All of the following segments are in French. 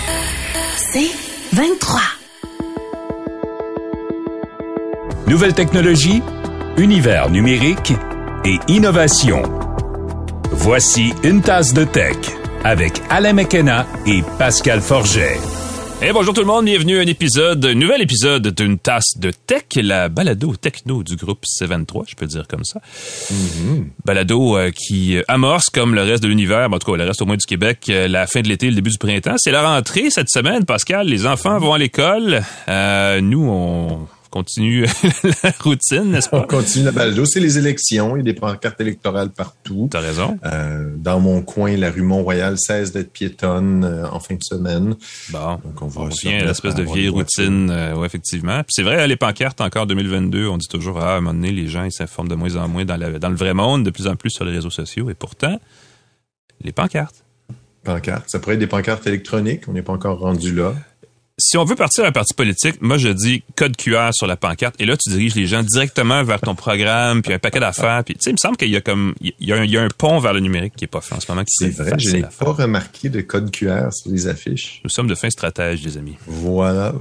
C'est 23. Nouvelles technologies, univers numérique et innovation. Voici une tasse de tech avec Alain McKenna et Pascal Forget. Hey, bonjour tout le monde, bienvenue à un nouvel épisode d'une tasse de tech, la balado techno du groupe C23, je peux le dire comme ça. Balado qui amorce, comme le reste de l'univers, en tout cas le reste au moins du Québec, la fin de l'été, le début du printemps. C'est la rentrée cette semaine, Pascal, les enfants vont à l'école, nous on continue la routine, n'est-ce pas? On continue la balado. C'est les élections. Il y a des pancartes électorales partout. T'as raison. Dans mon coin, la rue Mont-Royal cesse d'être piétonne en fin de semaine. Bon, donc on revient à l'espèce de vieille routine. Ouais, effectivement. Puis c'est vrai, les pancartes, encore 2022, on dit toujours, à un moment donné, les gens ils s'informent de moins en moins dans le vrai monde, de plus en plus sur les réseaux sociaux. Et pourtant, les pancartes. Pancartes. Ça pourrait être des pancartes électroniques. On n'est pas encore rendu là. Si on veut partir d'un parti politique, moi je dis code QR sur la pancarte et là tu diriges les gens directement vers ton programme puis un paquet d'affaires puis tu sais il me semble qu'il y a comme il y a un pont vers le numérique qui est pas fait en ce moment. C'est vrai, je n'ai pas remarqué de code QR sur les affiches. Nous sommes de fins stratèges, les amis. Voilà.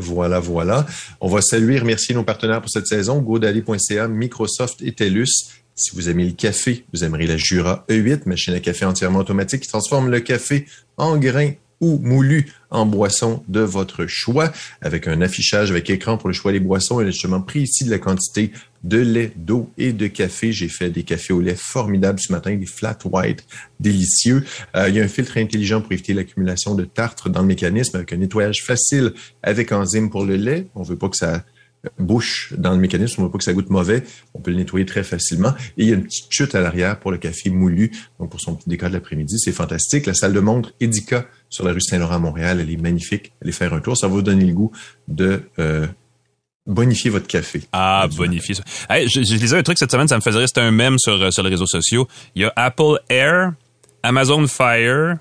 On va saluer et remercier nos partenaires pour cette saison, GoDaddy.ca, Microsoft et TELUS. Si vous aimez le café, vous aimerez la Jura E8, machine à café entièrement automatique qui transforme le café en grains ou moulu en boisson de votre choix, avec un affichage avec écran pour le choix des boissons et justement pris ici de la quantité de lait, d'eau et de café. J'ai fait des cafés au lait formidables ce matin, des flat white délicieux. Il y a un filtre intelligent pour éviter l'accumulation de tartre dans le mécanisme avec un nettoyage facile avec enzyme pour le lait. On veut pas que ça bouche dans le mécanisme, on ne veut pas que ça goûte mauvais, on peut le nettoyer très facilement. Et il y a une petite chute à l'arrière pour le café moulu, donc pour son petit déca de l'après-midi, c'est fantastique. La salle de montre Edica sur la rue Saint-Laurent à Montréal, elle est magnifique. Allez faire un tour, ça va vous donner le goût de bonifier votre café. Ah, bonifier ça. Hey, je lisais un truc cette semaine, ça me faisait rire, c'était un mème sur les réseaux sociaux. Il y a Apple Air, Amazon Fire,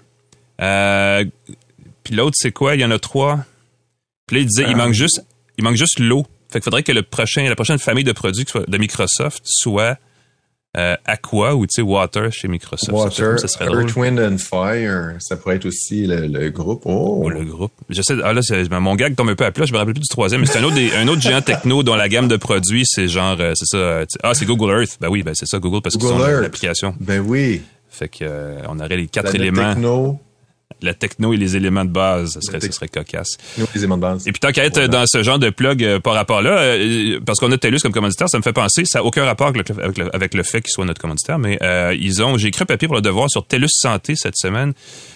puis l'autre c'est quoi? Il y en a 3. Puis là, il disait, il manque juste l'eau. Fait qu'il faudrait que la prochaine famille de produits de Microsoft soit Aqua ou, tu sais, Water chez Microsoft. Water, ça serait Earth, drôle. Wind and Fire. Ça pourrait être aussi le groupe. Oh, le groupe. Je sais, mon gag tombe un peu à plat, je me rappelle plus du troisième, mais c'est un autre géant techno dont la gamme de produits, c'est genre, c'est ça, c'est Google Earth. Ben oui, c'est ça, Google, parce que c'est l'application. Ben oui. Fait que, on aurait les 4 éléments. La techno et les éléments de base, ça serait cocasse. Les éléments de base. Et puis tant qu'à être dans ce genre de plug par rapport là, parce qu'on a TELUS comme commanditaire, ça me fait penser, ça n'a aucun rapport avec le fait qu'il soit notre commanditaire, mais j'ai écrit un papier pour le devoir sur TELUS Santé cette semaine.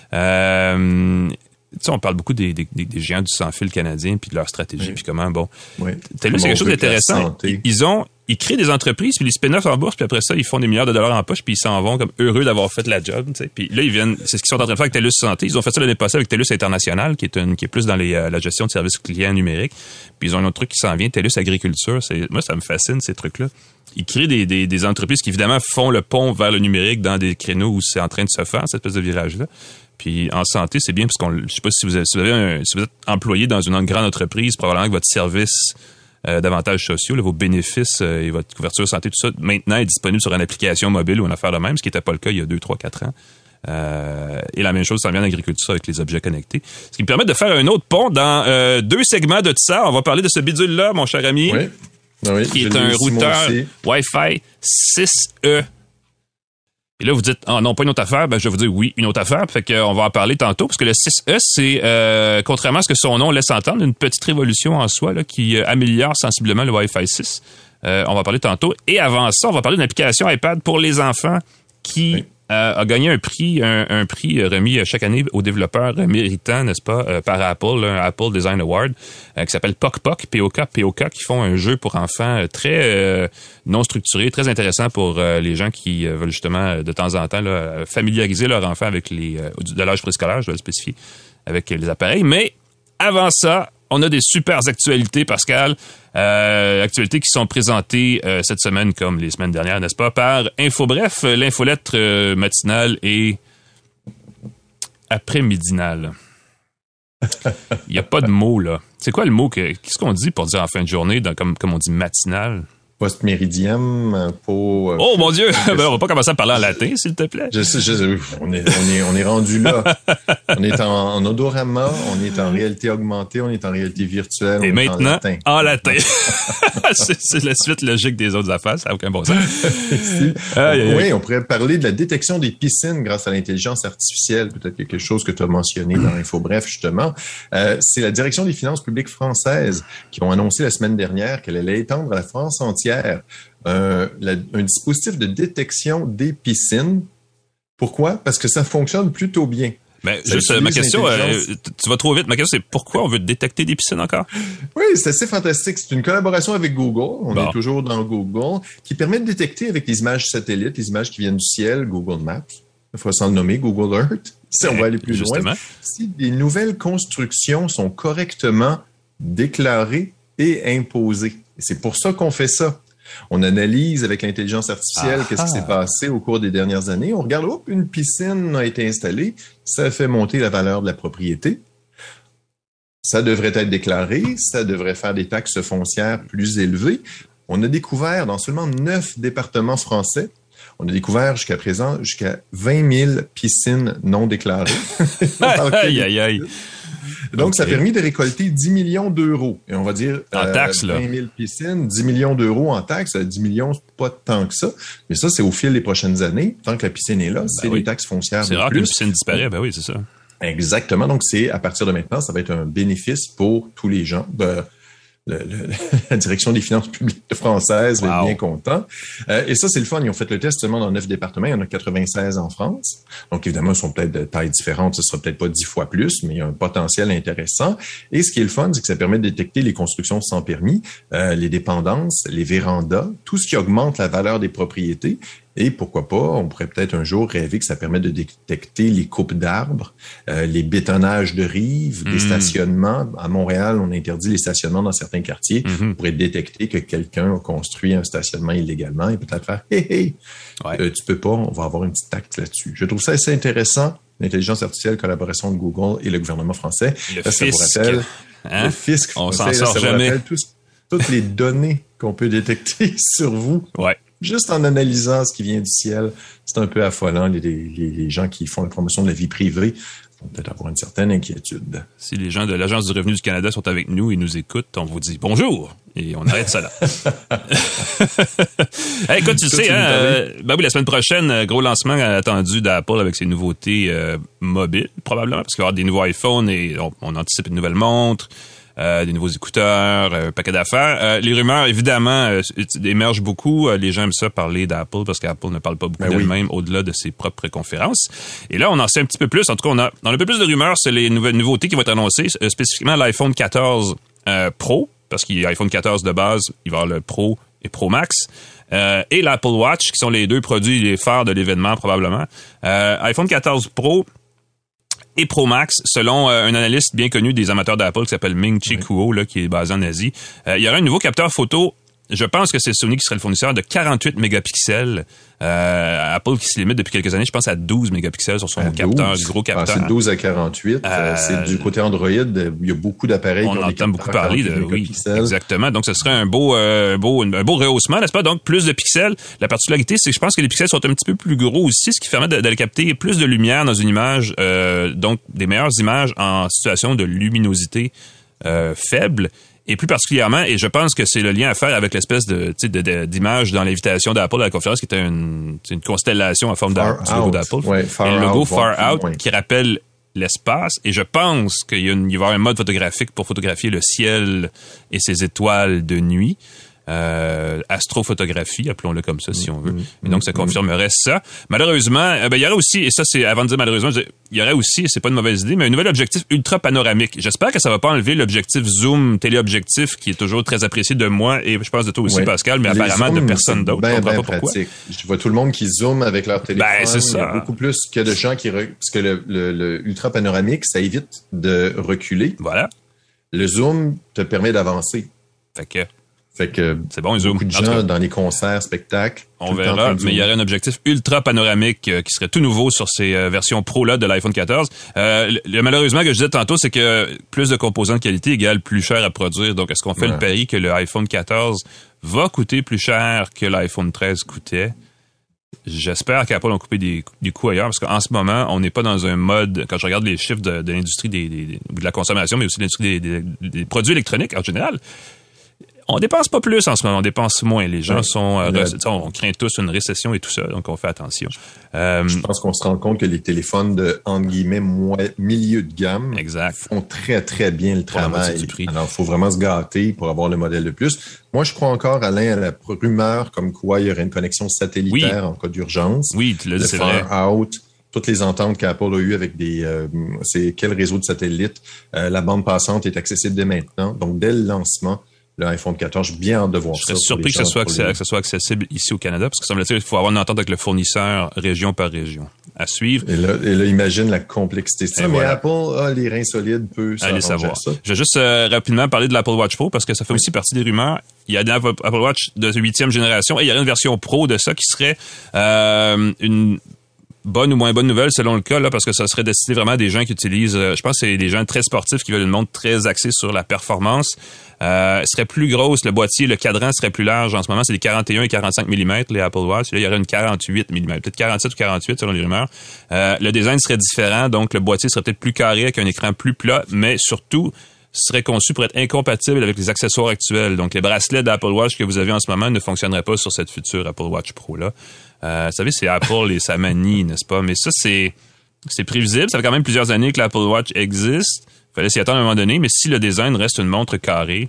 Tu sais, on parle beaucoup des géants du sans-fil canadien puis de leur stratégie puis comment, bon. Oui. TELUS, c'est quelque chose d'intéressant. Ils créent des entreprises puis les spin-offs en bourse puis après ça, ils font des milliards de dollars en poche puis ils s'en vont comme heureux d'avoir fait la job, tu sais. Puis là, c'est ce qu'ils sont en train de faire avec TELUS Santé. Ils ont fait ça l'année passée avec TELUS International qui est plus dans la gestion de services clients numériques. Puis ils ont un autre truc qui s'en vient, TELUS Agriculture. Moi, ça me fascine ces trucs-là. Ils créent des entreprises qui évidemment font le pont vers le numérique dans des créneaux où c'est en train de se faire, cette espèce de virage-là. Puis en santé, c'est bien parce je sais pas si vous êtes employé dans une grande entreprise, probablement que votre service d'avantages sociaux, là, vos bénéfices et votre couverture santé, tout ça, maintenant est disponible sur une application mobile ou une affaire de même, ce qui n'était pas le cas il y a 2, 3, 4 ans. Et la même chose s'en vient en agriculture avec les objets connectés. Ce qui me permet de faire un autre pont dans 2 segments de ça. On va parler de ce bidule-là, mon cher ami, qui est un routeur Wi-Fi 6E. Et là, vous dites, non, pas une autre affaire. Ben, je vais vous dire, oui, une autre affaire. Fait qu'on va en parler tantôt, parce que le 6E, c'est, contrairement à ce que son nom laisse entendre, une petite révolution en soi, là, qui améliore sensiblement le Wi-Fi 6. On va parler tantôt. Et avant ça, on va parler d'une application iPad pour les enfants qui a gagné un prix remis chaque année aux développeurs méritants, n'est-ce pas, par Apple, un Apple Design Award, qui s'appelle POC, qui font un jeu pour enfants très non structuré, très intéressant pour les gens qui veulent justement de temps en temps là, familiariser leur enfant avec de l'âge préscolaire, je dois le spécifier, avec les appareils. Mais avant ça, on a des super actualités, Pascal. Actualités qui sont présentées cette semaine comme les semaines dernières, n'est-ce pas, par InfoBref, l'infolettre matinale et après-midinale. Il n'y a pas de mot, là. C'est quoi le mot qu'est-ce qu'on dit pour dire en fin de journée, comme on dit matinale? post-méridiem pour... oh mon Dieu! On va pas commencer à parler en latin, s'il te plaît. Je sais, on est rendu là. On est en odorama, on est en réalité augmentée, on est en réalité virtuelle. Et maintenant, en latin. c'est la suite logique des autres affaires, ça n'a aucun bon sens. Oui, on pourrait parler de la détection des piscines grâce à l'intelligence artificielle. Peut-être quelque chose que tu as mentionné dans InfoBref, justement. C'est la Direction des finances publiques françaises qui ont annoncé la semaine dernière qu'elle allait étendre à la France entière un dispositif de détection des piscines. Pourquoi? Parce que ça fonctionne plutôt bien. Mais juste, ma question, tu vas trop vite. Ma question, c'est pourquoi on veut détecter des piscines encore? Oui, c'est assez fantastique. C'est une collaboration avec Google. On est toujours dans Google, qui permet de détecter avec des images satellites, des images qui viennent du ciel, Google Maps. Il faut s'en nommer, Google Earth. Si on va aller plus loin. Si des nouvelles constructions sont correctement déclarées et imposées. Et c'est pour ça qu'on fait ça. On analyse avec l'intelligence artificielle qu'est-ce qui s'est passé au cours des dernières années. On regarde, une piscine a été installée. Ça fait monter la valeur de la propriété. Ça devrait être déclaré. Ça devrait faire des taxes foncières plus élevées. On a découvert dans seulement 9 départements français, on a découvert jusqu'à présent jusqu'à 20 000 piscines non déclarées. Aïe, aïe, aïe. Donc, ça a permis de récolter 10 millions d'euros. Et on va dire, en taxes, 20 000 piscines, 10 millions d'euros en taxes. 10 millions, c'est pas tant que ça. Mais ça, c'est au fil des prochaines années. Tant que la piscine est là, c'est des taxes foncières. C'est rare qu'une piscine disparaît. Ben oui, c'est ça. Exactement. Donc, c'est à partir de maintenant, ça va être un bénéfice pour tous les gens. La Direction des finances publiques françaises va être bien content. Et ça, c'est le fun. Ils ont fait le test seulement dans 9 départements. Il y en a 96 en France. Donc, évidemment, ils sont peut-être de taille différente. Ce sera peut-être pas 10 fois plus, mais il y a un potentiel intéressant. Et ce qui est le fun, c'est que ça permet de détecter les constructions sans permis, les dépendances, les vérandas, tout ce qui augmente la valeur des propriétés. Et pourquoi pas, on pourrait peut-être un jour rêver que ça permet de détecter les coupes d'arbres, les bétonnages de rives, les stationnements. À Montréal, on interdit les stationnements dans certains quartiers. On pourrait détecter que quelqu'un a construit un stationnement illégalement et peut-être faire « Hey, tu peux pas, on va avoir une petite taxe là-dessus ». Je trouve ça assez intéressant. L'intelligence artificielle, collaboration de Google et le gouvernement français. Le fisc. Ça vous rappelle, le fisc. On s'en sort jamais. Toutes les données qu'on peut détecter sur vous. Ouais. Juste en analysant ce qui vient du ciel, c'est un peu affolant. Les gens qui font la promotion de la vie privée vont peut-être avoir une certaine inquiétude. Si les gens de l'Agence du revenu du Canada sont avec nous et nous écoutent, on vous dit bonjour et on arrête ça là. Hey, écoute, tu sais, oui, la semaine prochaine, gros lancement attendu d'Apple avec ses nouveautés mobiles, probablement, parce qu'il va y avoir des nouveaux iPhones et on anticipe une nouvelle montre. Des nouveaux écouteurs, un paquet d'affaires. Les rumeurs, évidemment, émergent beaucoup. Les gens aiment ça parler d'Apple parce qu'Apple ne parle pas beaucoup d'elle-même au-delà de ses propres conférences. Et là, on en sait un petit peu plus. En tout cas, on a un peu plus de rumeurs sur les nouvelles nouveautés qui vont être annoncées, spécifiquement l'iPhone 14 Pro, parce qu'il y a iPhone 14 de base, il va y avoir le Pro et Pro Max. Et l'Apple Watch, qui sont les deux produits les phares de l'événement, probablement. iPhone 14 Pro et Pro Max, selon un analyste bien connu des amateurs d'Apple qui s'appelle Ming-Chi Kuo, là, qui est basé en Asie. Il y aura un nouveau capteur photo. Je pense que c'est Sony qui serait le fournisseur de 48 mégapixels. Apple qui se limite depuis quelques années, je pense, à 12 mégapixels sur son capteur, du gros capteur. C'est 12 à 48. C'est du côté Android. Il y a beaucoup d'appareils qui ont entend beaucoup parler de exactement. Donc, ce serait un beau rehaussement, n'est-ce pas? Donc, plus de pixels. La particularité, c'est que je pense que les pixels sont un petit peu plus gros aussi, ce qui permet d'aller capter plus de lumière dans une image, donc des meilleures images en situation de luminosité faible. Et plus particulièrement, et je pense que c'est le lien à faire avec l'espèce d'image dans l'invitation d'Apple à la conférence, qui était une constellation en forme du logo d'Apple. Ouais, et le logo Far Out qui rappelle l'espace. Et je pense qu'il va y avoir un mode photographique pour photographier le ciel et ses étoiles de nuit. Astrophotographie, appelons-le comme ça si on veut. Et donc, ça confirmerait ça. Malheureusement, il y aurait aussi, et ça c'est avant de dire malheureusement, il y aurait aussi, c'est pas une mauvaise idée, mais un nouvel objectif ultra panoramique. J'espère que ça va pas enlever l'objectif zoom téléobjectif qui est toujours très apprécié de moi et je pense de toi aussi, Pascal, mais apparemment de personne d'autre. Je comprends pas pourquoi. Je vois tout le monde qui zoome avec leur téléphone. C'est ça. Il y a beaucoup plus que de gens parce que le ultra panoramique, ça évite de reculer. Voilà. Le zoom te permet d'avancer. Fait que c'est bon, zoom. Beaucoup de gens dans les concerts, spectacles. On verra, mais il y aurait un objectif ultra panoramique qui serait tout nouveau sur ces versions Pro-là de l'iPhone 14. Malheureusement, que je disais tantôt, c'est que plus de composants de qualité égale plus cher à produire. Donc, est-ce qu'on fait le pari que le iPhone 14 va coûter plus cher que l'iPhone 13 coûtait. J'espère qu'Apple ont coupé des coûts ailleurs, parce qu'en ce moment, on n'est pas dans un mode, quand je regarde les chiffres de l'industrie de la consommation, mais aussi de l'industrie des produits électroniques en général, on dépense pas plus en ce moment, on dépense moins. Les gens on craint tous une récession et tout ça, donc on fait attention. Je pense qu'on se rend compte que les téléphones de, entre guillemets, milieu de gamme font très, très bien le travail. Alors, il faut vraiment se gâter pour avoir le modèle de plus. Moi, je crois encore, Alain, à la rumeur comme quoi il y aurait une connexion satellitaire en cas d'urgence. Oui, tu l'as dit, c'est vrai. Out, toutes les ententes qu'Apple a eues avec quel réseau de satellites. La bande passante est accessible dès maintenant. Donc, dès le lancement, le iPhone 14, j'ai bien hâte de voir ça. Je serais surpris que ce soit accessible ici au Canada, parce que semble-t-il qu'il faut avoir une entente avec le fournisseur région par région. À suivre. Et là imagine la complexité. Ça, mais Apple a les reins solides, peut savoir ça. Je vais juste rapidement parler de l'Apple Watch Pro, parce que ça fait aussi partie des rumeurs. Il y a une Apple Watch de 8e génération et il y aurait une version Pro de ça qui serait une bonne ou moins bonne nouvelle selon le cas, là, parce que ça serait destiné vraiment à des gens qui utilisent, je pense que c'est des gens très sportifs qui veulent une montre très axée sur la performance. Serait plus grosse, le boîtier, le cadran serait plus large. En ce moment, c'est des 41 et 45 mm, les Apple Watch. Là, il y aurait une 48 mm, peut-être 47 ou 48 selon les rumeurs. Le design serait différent, donc le boîtier serait peut-être plus carré avec un écran plus plat, mais surtout, serait conçu pour être incompatible avec les accessoires actuels. Donc, les bracelets d'Apple Watch que vous avez en ce moment ne fonctionneraient pas sur cette future Apple Watch Pro-là. Vous savez, c'est Apple et sa manie, n'est-ce pas? Mais ça, c'est prévisible. Ça fait quand même plusieurs années que l'Apple Watch existe. Il fallait s'y attendre à un moment donné, mais si le design reste une montre carrée,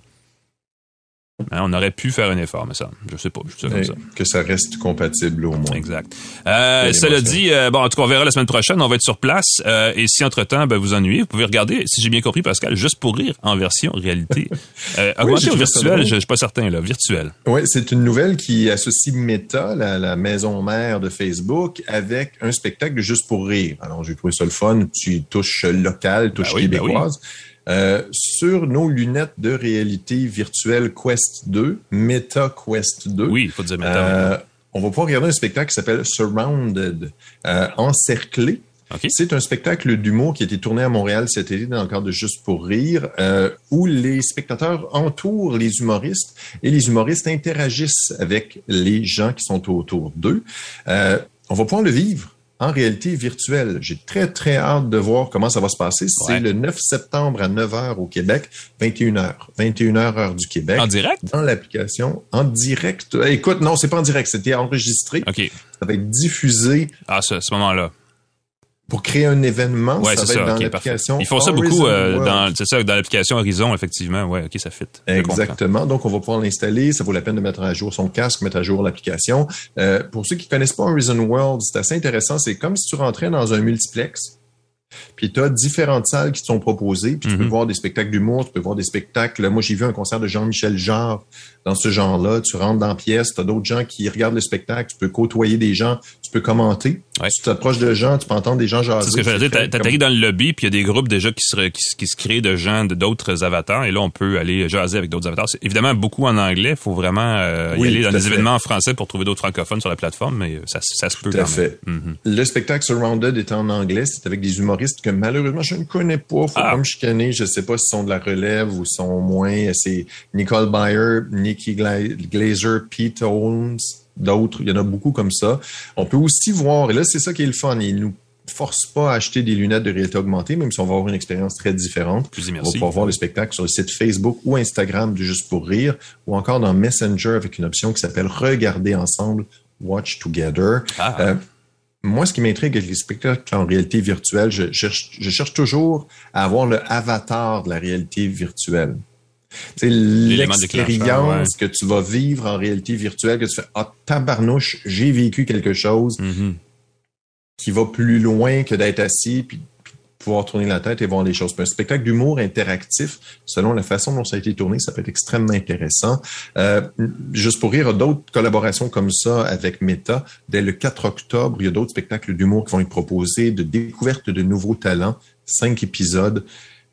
on aurait pu faire un effort, mais ça, je sais pas, je sais comme ça. Que ça reste compatible au moins. Exact. Cela dit, en tout cas, on verra la semaine prochaine, on va être sur place. Et si entre-temps, vous ennuyez, vous pouvez regarder, si j'ai bien compris, Pascal, Juste pour rire en version réalité. Augmentée ou virtuelle, je suis pas certain, là, virtuelle. Oui, c'est une nouvelle qui associe Meta, la maison mère de Facebook, avec un spectacle de Juste pour rire. Alors, j'ai trouvé ça le fun, tu touches locale, touche québécoise. Sur nos lunettes de réalité virtuelle Quest 2, Meta Quest 2. Oui, il faut dire Meta. On va pouvoir regarder un spectacle qui s'appelle Surrounded, Encerclé. Okay. C'est un spectacle d'humour qui a été tourné à Montréal cet été dans le cadre de Juste pour rire, où les spectateurs entourent les humoristes et les humoristes interagissent avec les gens qui sont autour d'eux. On va pouvoir le vivre en réalité virtuelle. J'ai très, très hâte de voir comment ça va se passer. C'est le 9 septembre à 9h au Québec, 21h. 21h heure du Québec. En direct? Dans l'application. En direct. Écoute, non, c'est pas en direct. C'était enregistré. OK. Ça va être diffusé. À ce moment-là. Pour créer un événement, ouais, ça va être dans l'application. Ils font ça beaucoup dans l'application Horizon, effectivement. Ouais, OK, ça fit. Exactement. Donc, on va pouvoir l'installer. Ça vaut la peine de mettre à jour son casque, mettre à jour l'application. Pour ceux qui connaissent pas Horizon World, c'est assez intéressant. C'est comme si tu rentrais dans un multiplex. Puis tu as différentes salles qui te sont proposées. Puis tu peux voir des spectacles d'humour, tu peux voir des spectacles. Moi, j'ai vu un concert de Jean-Michel Jarre dans ce genre-là. Tu rentres dans la pièce, tu as d'autres gens qui regardent le spectacle, tu peux côtoyer des gens, tu peux commenter. Ouais. Tu t'approches de gens, tu peux entendre des gens jaser. C'est ce que j'allais dire. T'atterris dans le lobby, puis il y a des groupes déjà qui se créent de gens, d'autres avatars. Et là, on peut aller jaser avec d'autres avatars. C'est évidemment beaucoup en anglais. Il faut vraiment y aller dans des événements en français pour trouver d'autres francophones sur la plateforme, mais ça se peut quand même. Le spectacle Surrounded est en anglais. C'est avec des humoristes que malheureusement, je ne connais pas. Faut pas me chicaner. Je sais pas s'ils sont de la relève ou sont moins. C'est Nicole Byer, Nikki Glaser, Pete Holmes, d'autres. Il y en a beaucoup comme ça. On peut aussi voir, et là, c'est ça qui est le fun. Ils nous forcent pas à acheter des lunettes de réalité augmentée, même si on va avoir une expérience très différente. On va pouvoir voir le spectacle sur le site Facebook ou Instagram du Juste pour rire, ou encore dans Messenger avec une option qui s'appelle Regarder ensemble, Watch Together. Moi, ce qui m'intrigue avec les spectacles en réalité virtuelle, je cherche toujours à avoir le avatar de la réalité virtuelle. C'est l'expérience que tu vas vivre en réalité virtuelle, que tu fais « Ah, tabarnouche, j'ai vécu quelque chose qui va plus loin que d'être assis puis pouvoir tourner la tête et voir les choses. » Puis un spectacle d'humour interactif, selon la façon dont ça a été tourné, ça peut être extrêmement intéressant. Juste pour rire, il y a d'autres collaborations comme ça avec Meta. Dès le 4 octobre, il y a d'autres spectacles d'humour qui vont être proposés, de découverte de nouveaux talents, 5 épisodes.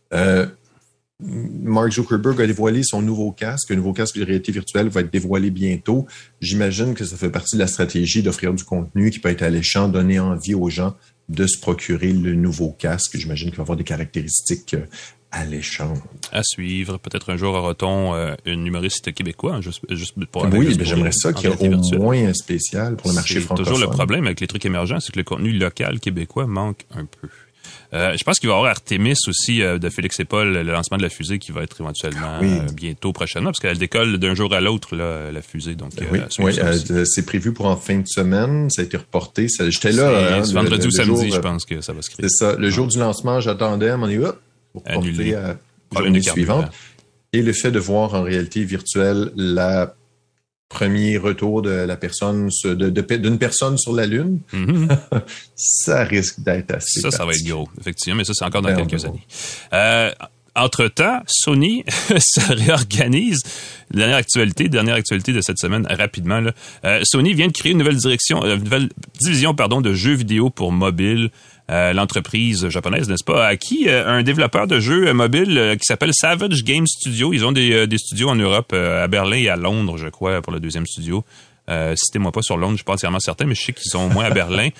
Mark Zuckerberg a dévoilé son nouveau casque. Un nouveau casque de réalité virtuelle va être dévoilé bientôt. J'imagine que ça fait partie de la stratégie d'offrir du contenu qui peut être alléchant, donner envie aux gens de se procurer le nouveau casque. J'imagine qu'il va avoir des caractéristiques alléchante. À suivre. Peut-être un jour aura-t-on un humoriste québécois, juste pour oui, mais j'aimerais ça qu'il y ait au moins un spécial pour le marché francophone. C'est toujours le problème avec les trucs émergents, c'est que le contenu local québécois manque un peu. Je pense qu'il va y avoir Artemis aussi de Félix et Paul, le lancement de la fusée qui va être éventuellement bientôt, prochainement, parce qu'elle décolle d'un jour à l'autre, là, la fusée. Donc, c'est prévu pour en fin de semaine. Ça a été reporté. J'étais là. C'est vendredi ou samedi, je pense que ça va se créer. C'est ça. Le jour du lancement, j'attendais, on est pour reporter à l'année suivante. Et le fait de voir en réalité virtuelle la premier retour de la personne, d'une personne sur la Lune, ça risque d'être assez ça va être gros, effectivement, mais ça, c'est encore dans quelques années. Entre-temps, Sony se réorganise. Dernière actualité de cette semaine, rapidement. Là. Sony vient de créer une nouvelle division de jeux vidéo pour mobile. L'entreprise japonaise, n'est-ce pas, a acquis un développeur de jeux mobiles qui s'appelle Savage Game Studio. Ils ont des studios en Europe, à Berlin et à Londres, je crois, pour le deuxième studio. Citez-moi pas sur Londres, je suis pas entièrement certain, mais je sais qu'ils sont au moins à Berlin.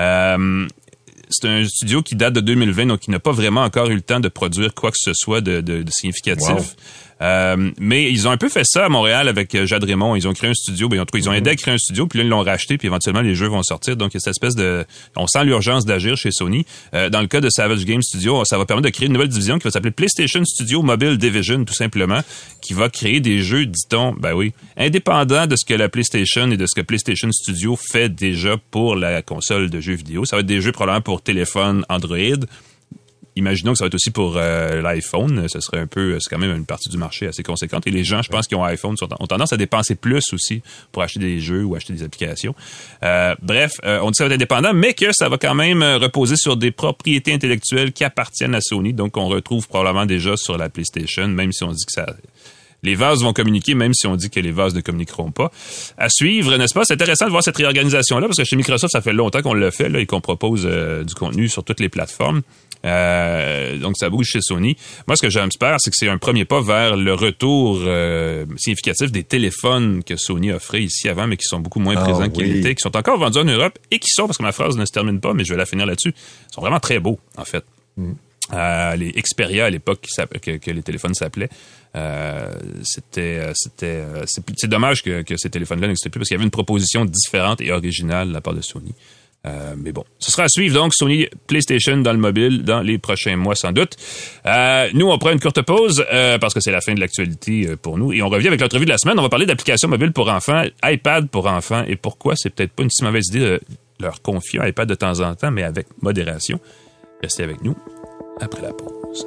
C'est un studio qui date de 2020, donc qui n'a pas vraiment encore eu le temps de produire quoi que ce soit de significatif. Wow. Mais ils ont un peu fait ça à Montréal avec Jade Raymond. Ils ont créé un studio. En tout cas, ils ont aidé à créer un studio, puis là, ils l'ont racheté, puis éventuellement, les jeux vont sortir. Donc, il y a cette espèce de... On sent l'urgence d'agir chez Sony. Dans le cas de Savage Game Studio, ça va permettre de créer une nouvelle division qui va s'appeler PlayStation Studio Mobile Division, tout simplement, qui va créer des jeux, dit-on, indépendants de ce que la PlayStation et de ce que PlayStation Studio fait déjà pour la console de jeux vidéo. Ça va être des jeux probablement pour téléphone Android. Imaginons que ça va être aussi pour l'iPhone. Ce serait c'est quand même une partie du marché assez conséquente. Et les gens, je pense, qui ont iPhone ont tendance à dépenser plus aussi pour acheter des jeux ou acheter des applications. On dit que ça va être indépendant, mais que ça va quand même reposer sur des propriétés intellectuelles qui appartiennent à Sony. Donc, on retrouve probablement déjà sur la PlayStation, même si on dit que les vases vont communiquer, même si on dit que les vases ne communiqueront pas. À suivre, n'est-ce pas? C'est intéressant de voir cette réorganisation-là, parce que chez Microsoft, ça fait longtemps qu'on le fait, là, et qu'on propose du contenu sur toutes les plateformes. Donc, ça bouge chez Sony. Moi, ce que j'espère, c'est que c'est un premier pas vers le retour significatif des téléphones que Sony offrait ici avant, mais qui sont beaucoup moins présents qu'ils étaient, qui sont encore vendus en Europe et qui sont, parce que ma phrase ne se termine pas, mais je vais la finir là-dessus, sont vraiment très beaux, en fait. Les Xperia à l'époque que les téléphones s'appelaient, c'est dommage que ces téléphones-là n'existaient plus parce qu'il y avait une proposition différente et originale de la part de Sony. Mais bon, ce sera à suivre donc Sony PlayStation dans le mobile dans les prochains mois sans doute. Nous, on prend une courte pause parce que c'est la fin de l'actualité pour nous et on revient avec l'entrevue de la semaine. On va parler d'applications mobiles pour enfants, iPad pour enfants et pourquoi c'est peut-être pas une si mauvaise idée de leur confier un iPad de temps en temps, mais avec modération. Restez avec nous après la pause.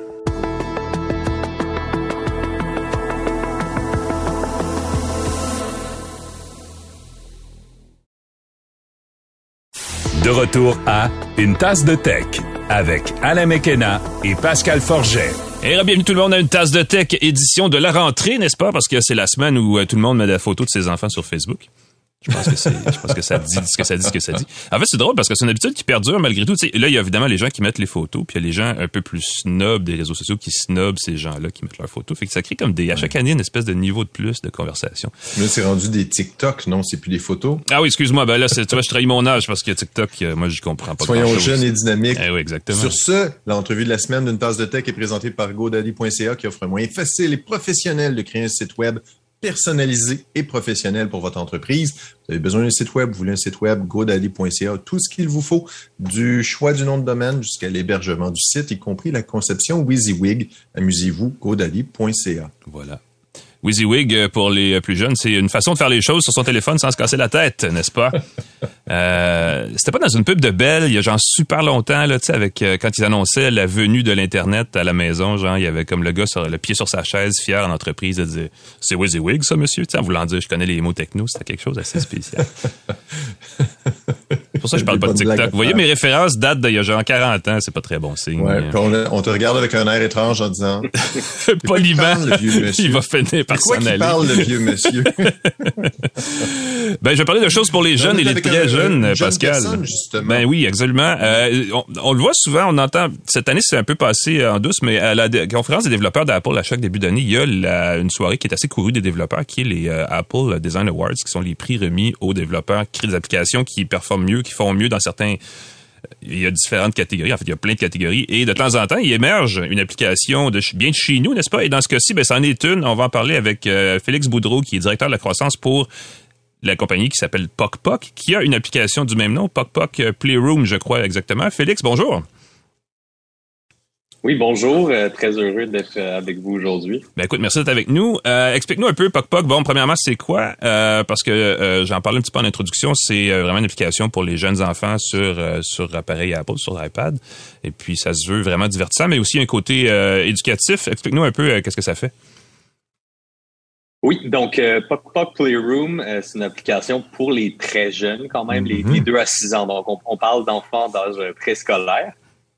De retour à Une tasse de tech avec Alain McKenna et Pascal Forget. Et bienvenue tout le monde à Une tasse de tech, édition de la rentrée, n'est-ce pas? Parce que c'est la semaine où tout le monde met la photo de ses enfants sur Facebook. Je pense que ça dit ce que ça dit. En fait, c'est drôle parce que c'est une habitude qui perdure malgré tout. T'sais, là, il y a évidemment les gens qui mettent les photos, puis il y a les gens un peu plus snobs des réseaux sociaux qui snobent ces gens-là qui mettent leurs photos. Fait que ça crée comme à chaque année une espèce de niveau de plus de conversation. Là, c'est rendu des TikTok, non? C'est plus des photos. Ah oui, excuse-moi. Ben là, tu vois, je trahis mon âge parce que TikTok, moi, j'y comprends pas. Soyons jeunes et dynamiques. Oui, exactement. Sur ce, l'entrevue de la semaine d'une tasse de tech est présentée par GoDaddy.ca qui offre un moyen facile et professionnel de créer un site web personnalisé et professionnel pour votre entreprise. Vous avez besoin d'un site web, vous voulez un site web, GoDaddy.ca, tout ce qu'il vous faut, du choix du nom de domaine jusqu'à l'hébergement du site, y compris la conception WYSIWYG. Amusez-vous, GoDaddy.ca. Voilà. WYSIWYG, pour les plus jeunes, c'est une façon de faire les choses sur son téléphone sans se casser la tête, n'est-ce pas? C'était pas dans une pub de Bell, il y a genre super longtemps, là, tu sais, avec quand ils annonçaient la venue de l'Internet à la maison, genre, il y avait comme le gars le pied sur sa chaise, fier en entreprise, de dire « C'est WYSIWYG, ça, monsieur? » Tu sais, en voulant dire « Je connais les mots techno », c'était quelque chose d'assez spécial. C'est pour ça que je parle pas de TikTok. Vous voyez, mes références datent d'il y a genre 40 ans, c'est pas très bon signe. Ouais, on te regarde avec un air étrange en disant « Poliment, le vieux monsieur. Il va finir par s'en aller. » Pourquoi qu'il parle, le vieux monsieur? Ben, je vais parler de choses pour les jeunes et les très jeunes, Pascal. Justement. Ben oui, absolument. On le voit souvent, on entend, cette année, c'est un peu passé en douce, mais à la conférence des développeurs d'Apple à chaque début d'année, il y a une soirée qui est assez courue des développeurs, qui est les Apple Design Awards, qui sont les prix remis aux développeurs qui créent des applications qui performent mieux, qui font mieux dans certains il y a différentes catégories. En fait, il y a plein de catégories. Et de temps en temps, il émerge une application bien de chez nous, n'est-ce pas? Et dans ce cas-ci, c'en est une. On va en parler avec Félix Boudreau, qui est directeur de la croissance pour la compagnie qui s'appelle PocPoc, qui a une application du même nom, PocPoc Playroom, je crois exactement. Félix, bonjour. Oui, bonjour. Très heureux d'être avec vous aujourd'hui. Ben écoute, merci d'être avec nous. Explique-nous un peu PocPoc. Bon, premièrement, c'est quoi? Parce que j'en parlais un petit peu en introduction, c'est vraiment une application pour les jeunes enfants sur appareil Apple, sur l'iPad. Et puis, ça se veut vraiment divertissant, mais aussi un côté éducatif. Explique-nous un peu qu'est-ce que ça fait. Oui, donc PocPoc Playroom, c'est une application pour les très jeunes quand même, les 2 à 6 ans. Donc, on parle d'enfants d'âge préscolaire.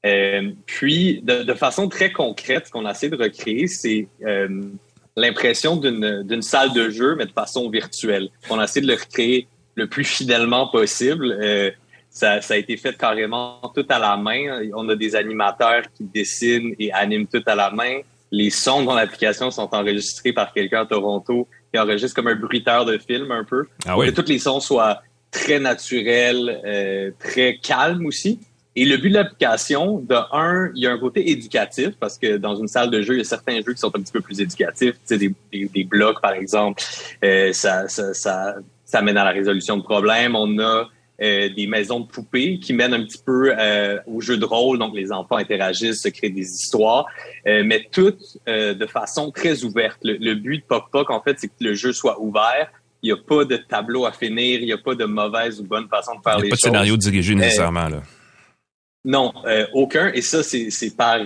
Puis, de façon très concrète, ce qu'on a essayé de recréer, c'est l'impression d'une salle de jeu, mais de façon virtuelle. On a essayé de le recréer le plus fidèlement possible. Ça a été fait carrément tout à la main. On a des animateurs qui dessinent et animent tout à la main. Les sons dans l'application sont enregistrés par quelqu'un à Toronto qui enregistre comme un bruiteur de film un peu. Ah oui. Que tous les sons soient très naturels, très calmes aussi. Et le but de l'application, il y a un côté éducatif parce que dans une salle de jeu, il y a certains jeux qui sont un petit peu plus éducatifs. Tu sais, des blocs, par exemple, ça mène à la résolution de problèmes. On a des maisons de poupées qui mènent un petit peu au jeu de rôle. Donc, les enfants interagissent, se créent des histoires, mais toutes de façon très ouverte. Le but de PocPoc, en fait, c'est que le jeu soit ouvert. Il n'y a pas de tableau à finir. Il n'y a pas de mauvaise ou bonne façon de faire les choses. Il n'y a pas de scénario dirigé nécessairement, là. Non, aucun. Et ça, c'est par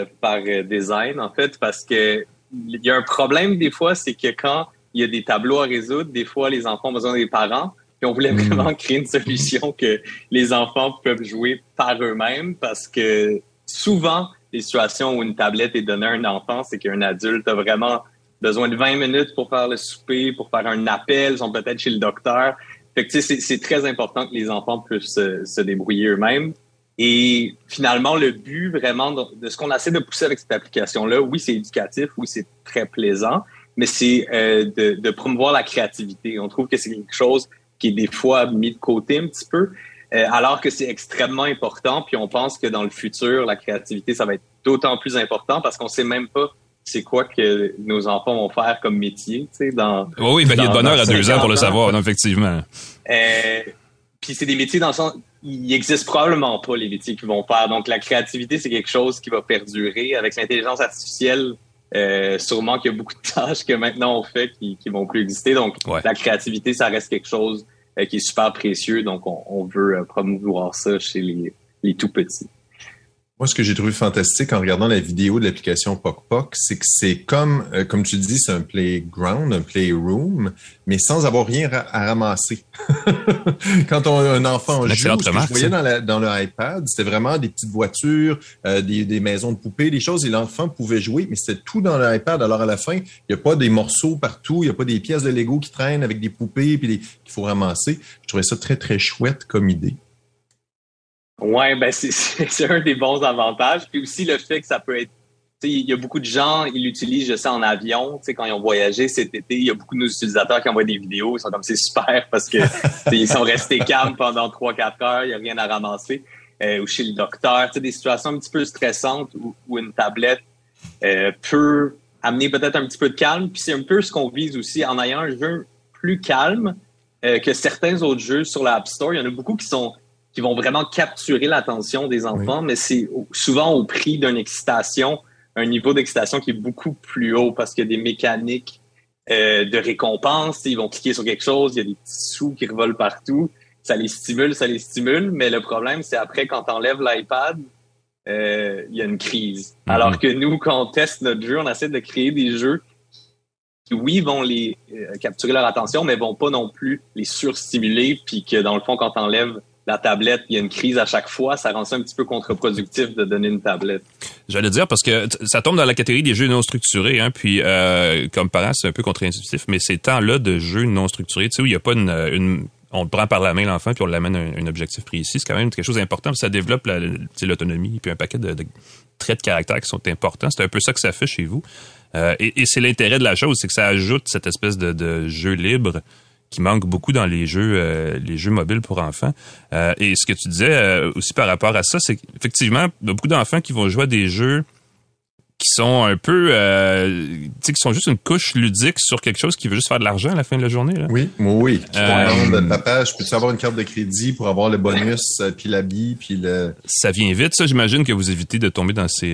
design, en fait, parce que il y a un problème des fois, c'est que quand il y a des tableaux à résoudre, des fois, les enfants ont besoin des parents. Puis on voulait vraiment créer une solution que les enfants peuvent jouer par eux-mêmes parce que souvent, les situations où une tablette est donnée à un enfant, c'est qu'un adulte a vraiment besoin de 20 minutes pour faire le souper, pour faire un appel, ils sont peut-être chez le docteur. Fait que, tu sais, c'est très important que les enfants puissent se débrouiller eux-mêmes. Et finalement, le but vraiment de ce qu'on essaie de pousser avec cette application-là, oui, c'est éducatif, oui, c'est très plaisant, mais c'est de promouvoir la créativité. On trouve que c'est quelque chose qui est des fois mis de côté un petit peu, alors que c'est extrêmement important. Puis on pense que dans le futur, la créativité, ça va être d'autant plus important parce qu'on sait même pas c'est quoi que nos enfants vont faire comme métier, tu sais, Oui, ben, il y a de bonheur à 2 ans pour le savoir, non, effectivement. Puis c'est des métiers dans le sens, il existe probablement pas les métiers qu'ils vont faire. Donc la créativité, c'est quelque chose qui va perdurer. Avec l'intelligence artificielle, sûrement qu'il y a beaucoup de tâches que maintenant on fait qui vont plus exister. Donc la créativité, ça reste quelque chose qui est super précieux. Donc on veut promouvoir ça chez les tout petits. Moi, ce que j'ai trouvé fantastique en regardant la vidéo de l'application PocPoc, c'est que c'est comme tu dis, c'est un playground, un playroom, mais sans avoir rien à ramasser. Quand un enfant joue, ce que je voyais dans le iPad, c'était vraiment des petites voitures, des maisons de poupées, des choses, et l'enfant pouvait jouer, mais c'était tout dans l'iPad. Alors à la fin, il n'y a pas des morceaux partout, il n'y a pas des pièces de Lego qui traînent avec des poupées puis qu'il faut ramasser. Je trouvais ça très, très chouette comme idée. Ouais, ben c'est un des bons avantages. Puis aussi le fait que ça peut être, tu sais, il y a beaucoup de gens, ils l'utilisent, je sais, en avion. Tu sais, quand ils ont voyagé cet été, il y a beaucoup de nos utilisateurs qui envoient des vidéos. Ils sont comme, c'est super parce que ils sont restés calmes pendant 3-4 heures, il n'y a rien à ramasser. Ou chez le docteur, tu sais, des situations un petit peu stressantes où une tablette peut amener peut-être un petit peu de calme. Puis c'est un peu ce qu'on vise aussi en ayant un jeu plus calme que certains autres jeux sur l'App Store. Il y en a beaucoup qui vont vraiment capturer l'attention des enfants, mais c'est souvent au prix d'une excitation, un niveau d'excitation qui est beaucoup plus haut parce qu'il y a des mécaniques de récompense. Ils vont cliquer sur quelque chose, il y a des petits sous qui revolent partout. Ça les stimule, mais le problème, c'est après, quand tu enlèves l'iPad, il y a une crise. Mm-hmm. Alors que nous, quand on teste notre jeu, on essaie de créer des jeux qui, oui, vont les capturer leur attention, mais vont pas non plus les surstimuler, puis que dans le fond, quand tu enlèves la tablette, il y a une crise à chaque fois, ça rend ça un petit peu contre-productif de donner une tablette. J'allais dire, parce que ça tombe dans la catégorie des jeux non structurés, hein, puis comme parent, c'est un peu contre-intuitif, mais ces temps-là de jeux non structurés, tu sais, où il n'y a pas on le prend par la main, l'enfant, puis on l'amène à un objectif précis, c'est quand même quelque chose d'important, ça développe l'autonomie, puis un paquet de traits de caractère qui sont importants. C'est un peu ça que ça fait chez vous. Et c'est l'intérêt de la chose, c'est que ça ajoute cette espèce de jeu libre qui manque beaucoup dans les jeux mobiles pour enfants. Et ce que tu disais aussi par rapport à ça, c'est qu'effectivement, il y a beaucoup d'enfants qui vont jouer à des jeux qui sont un peu, qui sont juste une couche ludique sur quelque chose qui veut juste faire de l'argent à la fin de la journée. Là. Oui. Qui demande, papa, je peux-tu avoir une carte de crédit pour avoir le bonus, puis l'habit, puis le... Ça vient vite, ça. J'imagine que vous évitez de tomber dans ces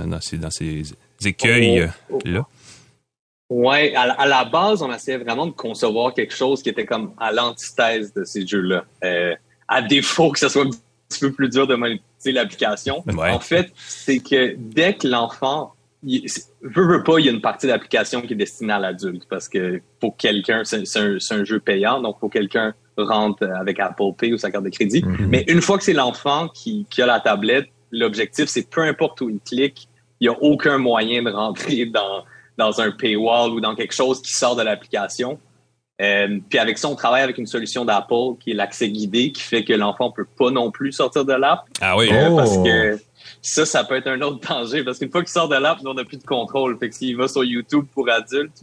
écueils-là. Ouais, à la base, on essayait vraiment de concevoir quelque chose qui était comme à l'antithèse de ces jeux-là. À défaut que ce soit un petit peu plus dur de monétiser l'application. Ouais. En fait, c'est que dès que l'enfant veut pas, il y a une partie de l'application qui est destinée à l'adulte parce que pour quelqu'un, c'est un jeu payant, donc faut que quelqu'un rentre avec Apple Pay ou sa carte de crédit. Mm-hmm. Mais une fois que c'est l'enfant qui a la tablette, l'objectif, c'est peu importe où il clique, il n'y a aucun moyen de rentrer dans un paywall ou dans quelque chose qui sort de l'application. Puis avec ça, on travaille avec une solution d'Apple qui est l'accès guidé, qui fait que l'enfant peut pas non plus sortir de l'app. Ah oui. Parce que ça peut être un autre danger. Parce qu'une fois qu'il sort de l'app, on n'a plus de contrôle. Fait que s'il va sur YouTube pour adultes,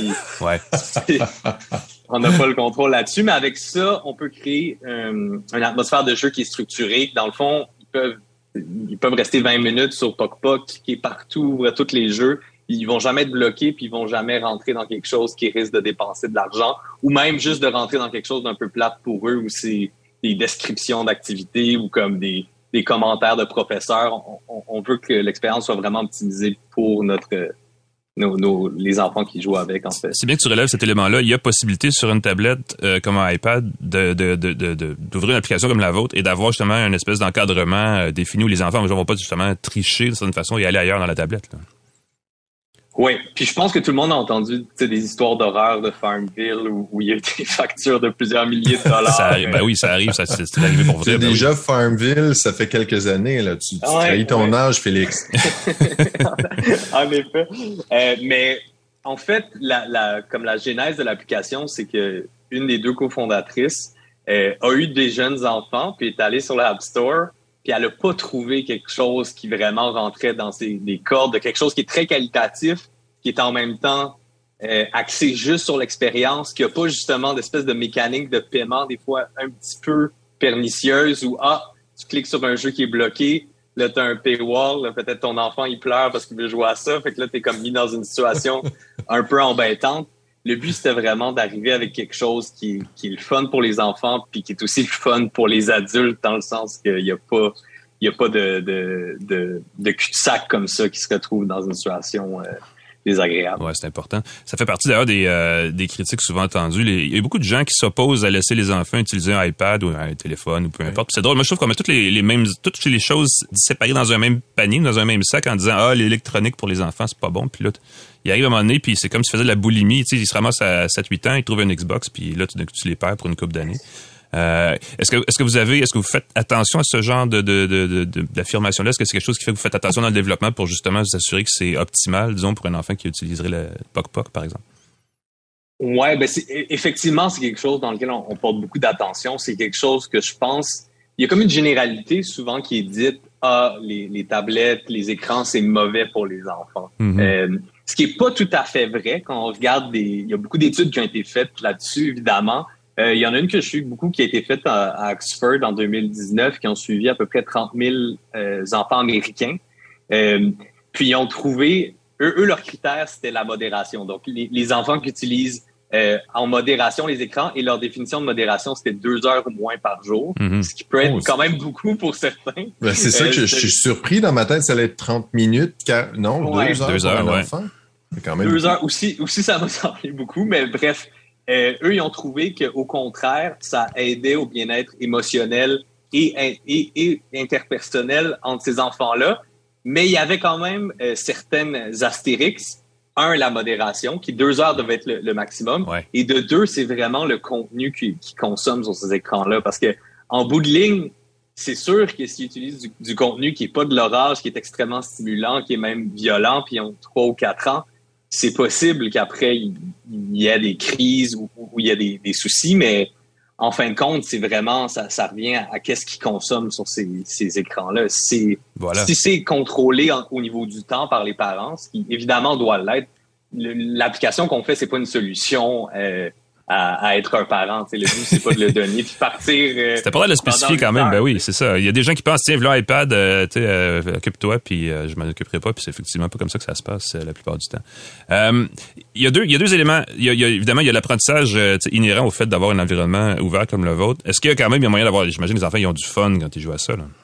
on n'a pas le contrôle là-dessus. Mais avec ça, on peut créer une atmosphère de jeu qui est structurée. Dans le fond, ils peuvent rester 20 minutes sur PokPok, cliquer partout, ouvrir tous les jeux. Ils vont jamais être bloqués, puis ils vont jamais rentrer dans quelque chose qui risque de dépenser de l'argent, ou même juste de rentrer dans quelque chose d'un peu plate pour eux, où c'est des descriptions d'activités ou comme des commentaires de professeurs. On veut que l'expérience soit vraiment optimisée pour les enfants qui jouent avec, en fait. C'est bien que tu relèves cet élément-là. Il y a possibilité sur une tablette comme un iPad d'ouvrir une application comme la vôtre et d'avoir justement une espèce d'encadrement défini où les enfants ne vont pas justement tricher de certaine façon et aller ailleurs dans la tablette, là. Oui, puis je pense que tout le monde a entendu des histoires d'horreur de Farmville où il y a des factures de plusieurs milliers de dollars. Ça arrive, c'est arrivé pour vrai. Déjà, Farmville, ça fait quelques années. Là. Tu trahis ton âge, Félix. En effet. Mais en fait, comme la genèse de l'application, c'est que une des deux cofondatrices a eu des jeunes enfants, puis est allée sur l'App Store, puis elle n'a pas trouvé quelque chose qui vraiment rentrait dans des cordes de quelque chose qui est très qualitatif, qui est en même temps axé juste sur l'expérience, qui n'a pas justement d'espèce de mécanique de paiement, des fois un petit peu pernicieuse, où tu cliques sur un jeu qui est bloqué, là, tu as un paywall, là, peut-être ton enfant, il pleure parce qu'il veut jouer à ça, fait que là, tu es comme mis dans une situation un peu embêtante. Le but, c'était vraiment d'arriver avec quelque chose qui est le fun pour les enfants puis qui est aussi le fun pour les adultes dans le sens qu'il n'y a pas de cul-de-sac comme ça qui se retrouve dans une situation désagréable. Ouais, c'est important. Ça fait partie d'ailleurs des critiques souvent entendues. Il y a beaucoup de gens qui s'opposent à laisser les enfants utiliser un iPad ou un téléphone ou peu importe. Puis c'est drôle. Moi, je trouve qu'on met toutes les choses séparées dans un même panier, dans un même sac en disant l'électronique pour les enfants, c'est pas bon. Puis là, il arrive à un moment donné, puis c'est comme s'il faisait de la boulimie. Tu sais, il se ramasse à 7-8 ans, il trouve une Xbox, puis là, tu les perds pour une couple d'années. Est-ce que vous faites attention à ce genre d'affirmation-là? Est-ce que c'est quelque chose qui fait que vous faites attention dans le développement pour justement vous assurer que c'est optimal, disons, pour un enfant qui utiliserait le PokPok, par exemple? Ouais, effectivement, c'est quelque chose dans lequel on porte beaucoup d'attention. C'est quelque chose que je pense, il y a comme une généralité souvent qui est dite, les tablettes, les écrans, c'est mauvais pour les enfants. Mm-hmm. Ce qui est pas tout à fait vrai quand on regarde il y a beaucoup d'études qui ont été faites là-dessus, évidemment. Il y en a une que je suis beaucoup qui a été faite à Oxford en 2019, qui ont suivi à peu près 30 000 enfants américains. Puis ils ont trouvé, eux leur critère, c'était la modération. Donc, les enfants qui utilisent en modération les écrans, et leur définition de modération, c'était 2 heures ou moins par jour, ce qui peut être quand même beaucoup pour certains. Ben, c'est ça que je suis surpris. Dans ma tête, ça allait être 30 minutes. 2 heures pour un enfant. C'est quand même 2 heures aussi, ça m'a semblé beaucoup, mais bref. Eux, ils ont trouvé qu'au contraire, ça aidait au bien-être émotionnel et interpersonnel entre ces enfants-là. Mais il y avait quand même certaines astérix. 1, la modération, qui 2 heures devait être le maximum. Ouais. Et de 2, c'est vraiment le contenu qu'ils consomment sur ces écrans-là. Parce que en bout de ligne, c'est sûr que s'ils utilisent du contenu qui est pas de l'orage, qui est extrêmement stimulant, qui est même violent, puis ils ont 3 ou 4 ans, c'est possible qu'après, il y ait des crises ou il y a des soucis, mais en fin de compte, c'est vraiment, ça revient à qu'est-ce qu'ils consomment sur ces écrans-là. Si c'est contrôlé au niveau du temps par les parents, ce qui évidemment doit l'être, l'application qu'on fait, c'est pas une solution à être un parent. Le but, c'est pas de le donner, de partir. C'est important de le spécifier quand même. Ben oui, c'est ça. Il y a des gens qui pensent, tiens, voilà iPad, occupe-toi, puis je m'en occuperai pas, puis c'est effectivement pas comme ça que ça se passe la plupart du temps. Il y a deux éléments. Évidemment, il y a l'apprentissage inhérent au fait d'avoir un environnement ouvert comme le vôtre. Est-ce qu'il y a quand même il y a moyen d'avoir, j'imagine, les enfants, ils ont du fun quand ils jouent à ça, là?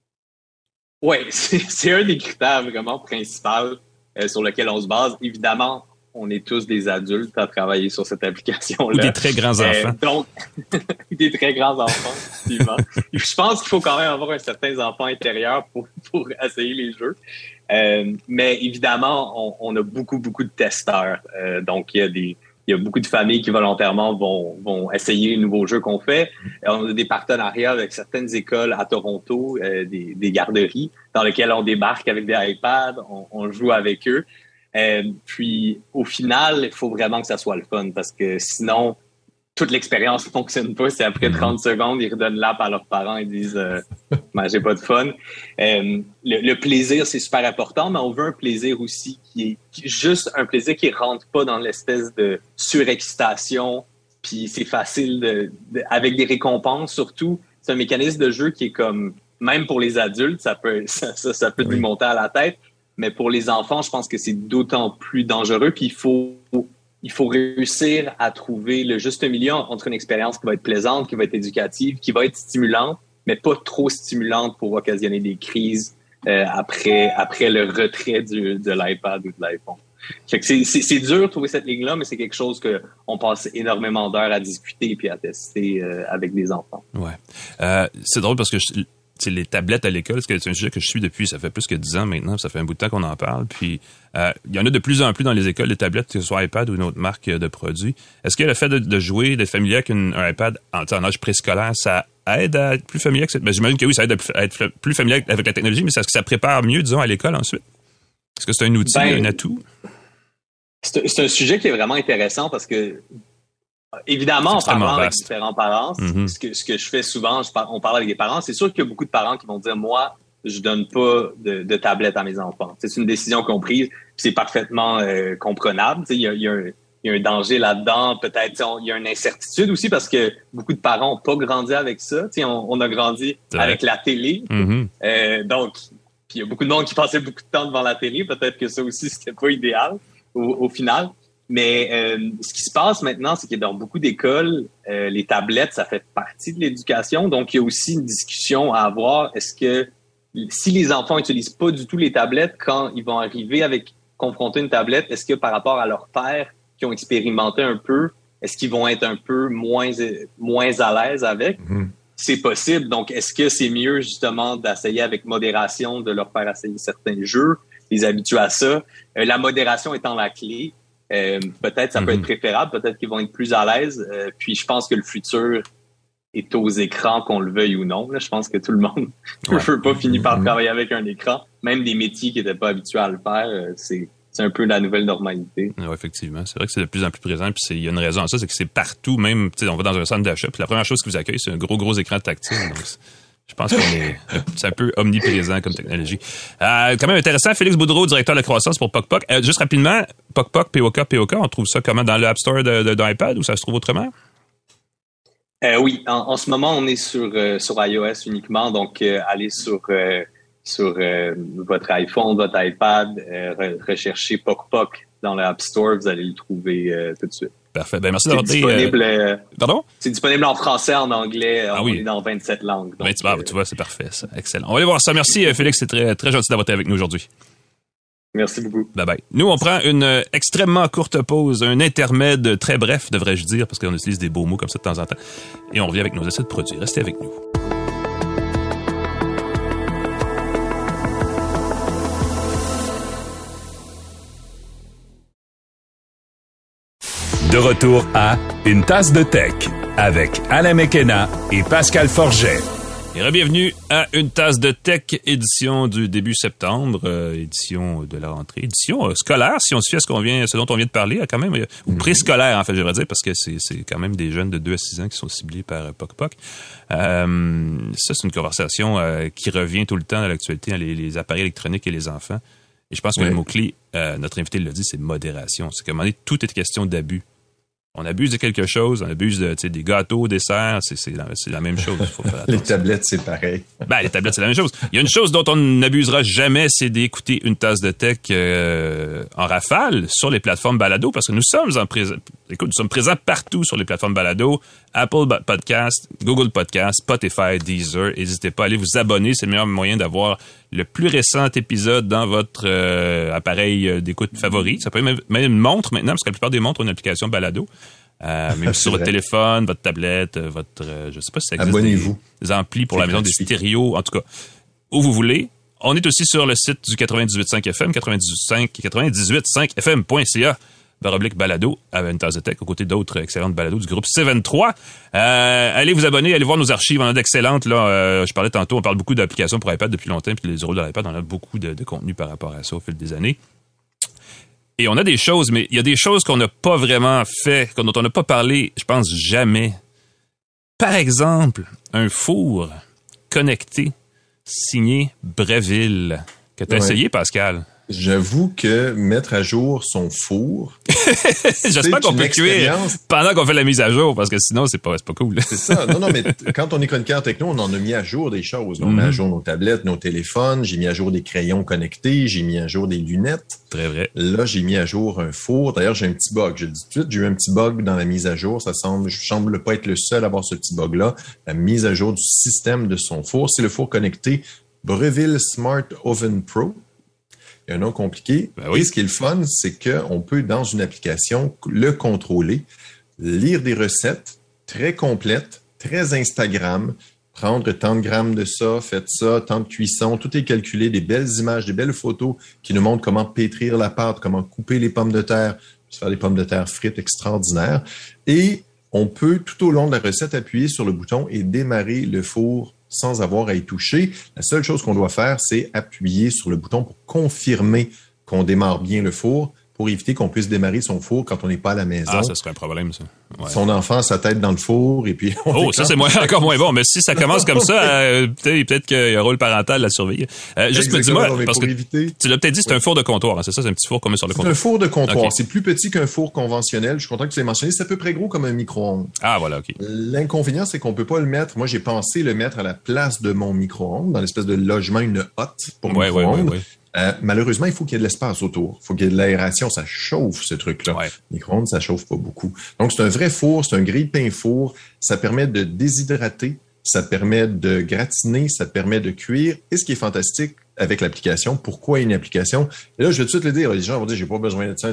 Oui, c'est un des critères vraiment principaux sur lequel on se base. Évidemment, on est tous des adultes à travailler sur cette application-là. Ou des très grands enfants. Donc, des très grands enfants, effectivement. Je pense qu'il faut quand même avoir un certain enfant intérieur pour essayer les jeux. Mais évidemment, on a beaucoup de testeurs. Donc, il y a beaucoup de familles qui volontairement vont essayer les nouveaux jeux qu'on fait. On a des partenariats avec certaines écoles à Toronto, des garderies, dans lesquelles on débarque avec des iPads, on joue avec eux. Puis, au final, il faut vraiment que ça soit le fun parce que sinon, toute l'expérience ne fonctionne pas. C'est après 30 secondes, ils redonnent l'app à leurs parents et disent ben, j'ai pas de fun. Le plaisir, c'est super important, mais on veut un plaisir aussi qui est juste un plaisir qui rentre pas dans l'espèce de surexcitation. Puis c'est facile avec des récompenses surtout. C'est un mécanisme de jeu qui est comme, même pour les adultes, ça peut nous monter à la tête. Mais pour les enfants, je pense que c'est d'autant plus dangereux. Puis il faut réussir à trouver le juste milieu entre une expérience qui va être plaisante, qui va être éducative, qui va être stimulante, mais pas trop stimulante pour occasionner des crises après le retrait de l'iPad ou de l'iPhone. Fait que c'est dur de trouver cette ligne-là, mais c'est quelque chose qu'on passe énormément d'heures à discuter puis à tester avec des enfants. Ouais. C'est drôle parce que les tablettes à l'école, c'est un sujet que je suis depuis, ça fait plus que 10 ans maintenant, ça fait un bout de temps qu'on en parle, puis il y en a de plus en plus dans les écoles, des tablettes, que ce soit iPad ou une autre marque de produits. Est-ce que le fait de jouer, d'être familier avec un iPad en âge préscolaire, ça aide à être plus familier avec cette... j'imagine que oui, ça aide à être plus familier avec la technologie, mais est-ce que ça prépare mieux, disons, à l'école ensuite? Est-ce que c'est un outil, un atout? C'est un sujet qui est vraiment intéressant parce que évidemment, en parlant avec différents parents, ce que je fais souvent, on parle avec des parents, c'est sûr qu'il y a beaucoup de parents qui vont dire, moi, je donne pas de tablette à mes enfants. C'est une décision qu'on prise, c'est parfaitement comprenable. Il y a un danger là-dedans, peut-être il y a une incertitude aussi parce que beaucoup de parents n'ont pas grandi avec ça. On a grandi avec la télé, donc puis il y a beaucoup de monde qui passait beaucoup de temps devant la télé. Peut-être que ça aussi, c'était pas idéal au final. Mais ce qui se passe maintenant, c'est que dans beaucoup d'écoles, les tablettes, ça fait partie de l'éducation. Donc, il y a aussi une discussion à avoir. Est-ce que si les enfants n'utilisent pas du tout les tablettes, quand ils vont arriver avec confronter une tablette, est-ce que par rapport à leurs pairs qui ont expérimenté un peu, est-ce qu'ils vont être un peu moins à l'aise avec? C'est possible. Donc, est-ce que c'est mieux justement d'essayer avec modération, de leur faire essayer certains jeux, les habituer à ça? La modération étant la clé. Peut-être ça peut être préférable, peut-être qu'ils vont être plus à l'aise. Puis je pense que le futur est aux écrans, qu'on le veuille ou non. Là, je pense que tout le monde ne veut pas finir par travailler avec un écran. Même des métiers qui n'étaient pas habitués à le faire, c'est un peu la nouvelle normalité. Oui, effectivement. C'est vrai que c'est de plus en plus présent. Puis il y a une raison à ça, c'est que c'est partout. Même, on va dans un centre d'achat, puis la première chose qui vous accueille, c'est un gros écran tactile. Donc, je pense c'est un peu omniprésent comme technologie. Quand même intéressant. Félix Boudreau, directeur de croissance pour PocPoc. Juste rapidement, PocPoc, POK, on trouve ça comment dans l'App Store d'iPad ou ça se trouve autrement? Oui, en ce moment, on est sur iOS uniquement. Donc, allez sur votre iPhone, votre iPad, recherchez PocPoc dans l'App Store. Vous allez le trouver tout de suite. Parfait. Ben, merci d'avoir dit. Pardon? C'est disponible en français, en anglais. On est dans 27 langues. Donc, tu vois, c'est parfait, ça. Excellent. On va aller voir ça. Merci, Félix. C'est très, très gentil d'avoir été avec nous aujourd'hui. Merci beaucoup. Bye bye. Nous, on prend une extrêmement courte pause, un intermède très bref, devrais-je dire, parce qu'on utilise des beaux mots comme ça de temps en temps. Et on revient avec nos essais de produits. Restez avec nous. De retour à Une tasse de tech avec Alain McKenna et Pascal Forget. Et bienvenue à Une tasse de tech, édition du début septembre, édition de la rentrée, édition scolaire, si on se fie à ce dont on vient de parler, quand même, ou préscolaire, en fait, j'aimerais dire, parce que c'est quand même des jeunes de 2 à 6 ans qui sont ciblés par PocPoc. Ça, c'est une conversation qui revient tout le temps à l'actualité, les appareils électroniques et les enfants. Et je pense que le mot-clé, notre invité l'a dit, c'est modération. C'est qu'à un moment donné, tout est question d'abus. On abuse de quelque chose, on abuse des gâteaux, desserts, c'est la même chose. Faut faire les tablettes, c'est pareil. Ben, les tablettes, c'est la même chose. Il y a une chose dont on n'abusera jamais, c'est d'écouter une tasse de tech en rafale sur les plateformes balado, parce que nous sommes présents partout sur les plateformes balado, Apple Podcast, Google Podcast, Spotify, Deezer. N'hésitez pas à aller vous abonner, c'est le meilleur moyen d'avoir le plus récent épisode dans votre appareil d'écoute favori. Ça peut même une montre maintenant, parce que la plupart des montres ont une application balado. Même sur votre téléphone, votre tablette, je sais pas si ça existe. Abonnez-vous. Des amplis pour la maison, des stéréos, en tout cas, où vous voulez. On est aussi sur le site du 98.5 FM, 98.5fm.ca, /balado, avec une tasse de tech, aux côtés d'autres excellentes balados du groupe C23. Allez vous abonner, allez voir nos archives, on a d'excellentes, là. Je parlais tantôt, on parle beaucoup d'applications pour iPad depuis longtemps, puis les euros de l'iPad, on a beaucoup de contenu par rapport à ça au fil des années. Et on a des choses, mais il y a des choses qu'on n'a pas vraiment fait, dont on n'a pas parlé, je pense, jamais. Par exemple, un four connecté signé Breville, que tu as essayé, Pascal. J'avoue que mettre à jour son four, j'espère qu'on peut cuire pendant qu'on fait la mise à jour, parce que sinon, c'est pas cool. C'est ça. Non, mais quand on est chroniqueur techno, on en a mis à jour des choses. On met à jour nos tablettes, nos téléphones, j'ai mis à jour des crayons connectés, j'ai mis à jour des lunettes. Très vrai. Là, j'ai mis à jour un four. D'ailleurs, j'ai un petit bug. Je le dis tout de suite, j'ai eu un petit bug dans la mise à jour. Je semble pas être le seul à avoir ce petit bug-là. La mise à jour du système de son four, c'est le four connecté Breville Smart Oven Pro. Il y a un nom compliqué. Ben oui. Et ce qui est le fun, c'est qu'on peut, dans une application, le contrôler, lire des recettes très complètes, très Instagram, prendre tant de grammes de ça, faites ça, tant de cuisson, tout est calculé, des belles images, des belles photos qui nous montrent comment pétrir la pâte, comment couper les pommes de terre, se faire des pommes de terre frites extraordinaires. Et on peut, tout au long de la recette, appuyer sur le bouton et démarrer le four sans avoir à y toucher. La seule chose qu'on doit faire, c'est appuyer sur le bouton pour confirmer qu'on démarre bien le four, pour éviter qu'on puisse démarrer son four quand on n'est pas à la maison. Ah, ça serait un problème, ça. Ouais. Son enfant a sa tête dans le four et puis... ça, c'est encore moins bon. Mais si ça commence comme ça, peut-être qu'il y a un rôle parental à surveiller. Juste me dis-moi, parce que tu l'as peut-être dit, c'est un four de comptoir. Hein, c'est ça, c'est un petit four qu'on met sur le comptoir. C'est un four de comptoir. Okay. C'est plus petit qu'un four conventionnel. Je suis content que tu l'aies mentionné. C'est à peu près gros comme un micro-ondes. Ah, voilà, OK. L'inconvénient, c'est qu'on peut pas le mettre. Moi, j'ai pensé le mettre à la place de mon micro-ondes, dans l'espèce de logement, une hotte pour micro-ondes. Ouais. Malheureusement, il faut qu'il y ait de l'espace autour. Il faut qu'il y ait de l'aération. Ça chauffe, ce truc-là. Ouais. Micro-ondes, ça chauffe pas beaucoup. Donc, c'est un vrai four. C'est un grille-pain four. Ça permet de déshydrater. Ça permet de gratiner. Ça permet de cuire. Et ce qui est fantastique avec l'application, pourquoi une application? Et là, je vais tout de suite le dire. Les gens vont dire, j'ai pas besoin de ça.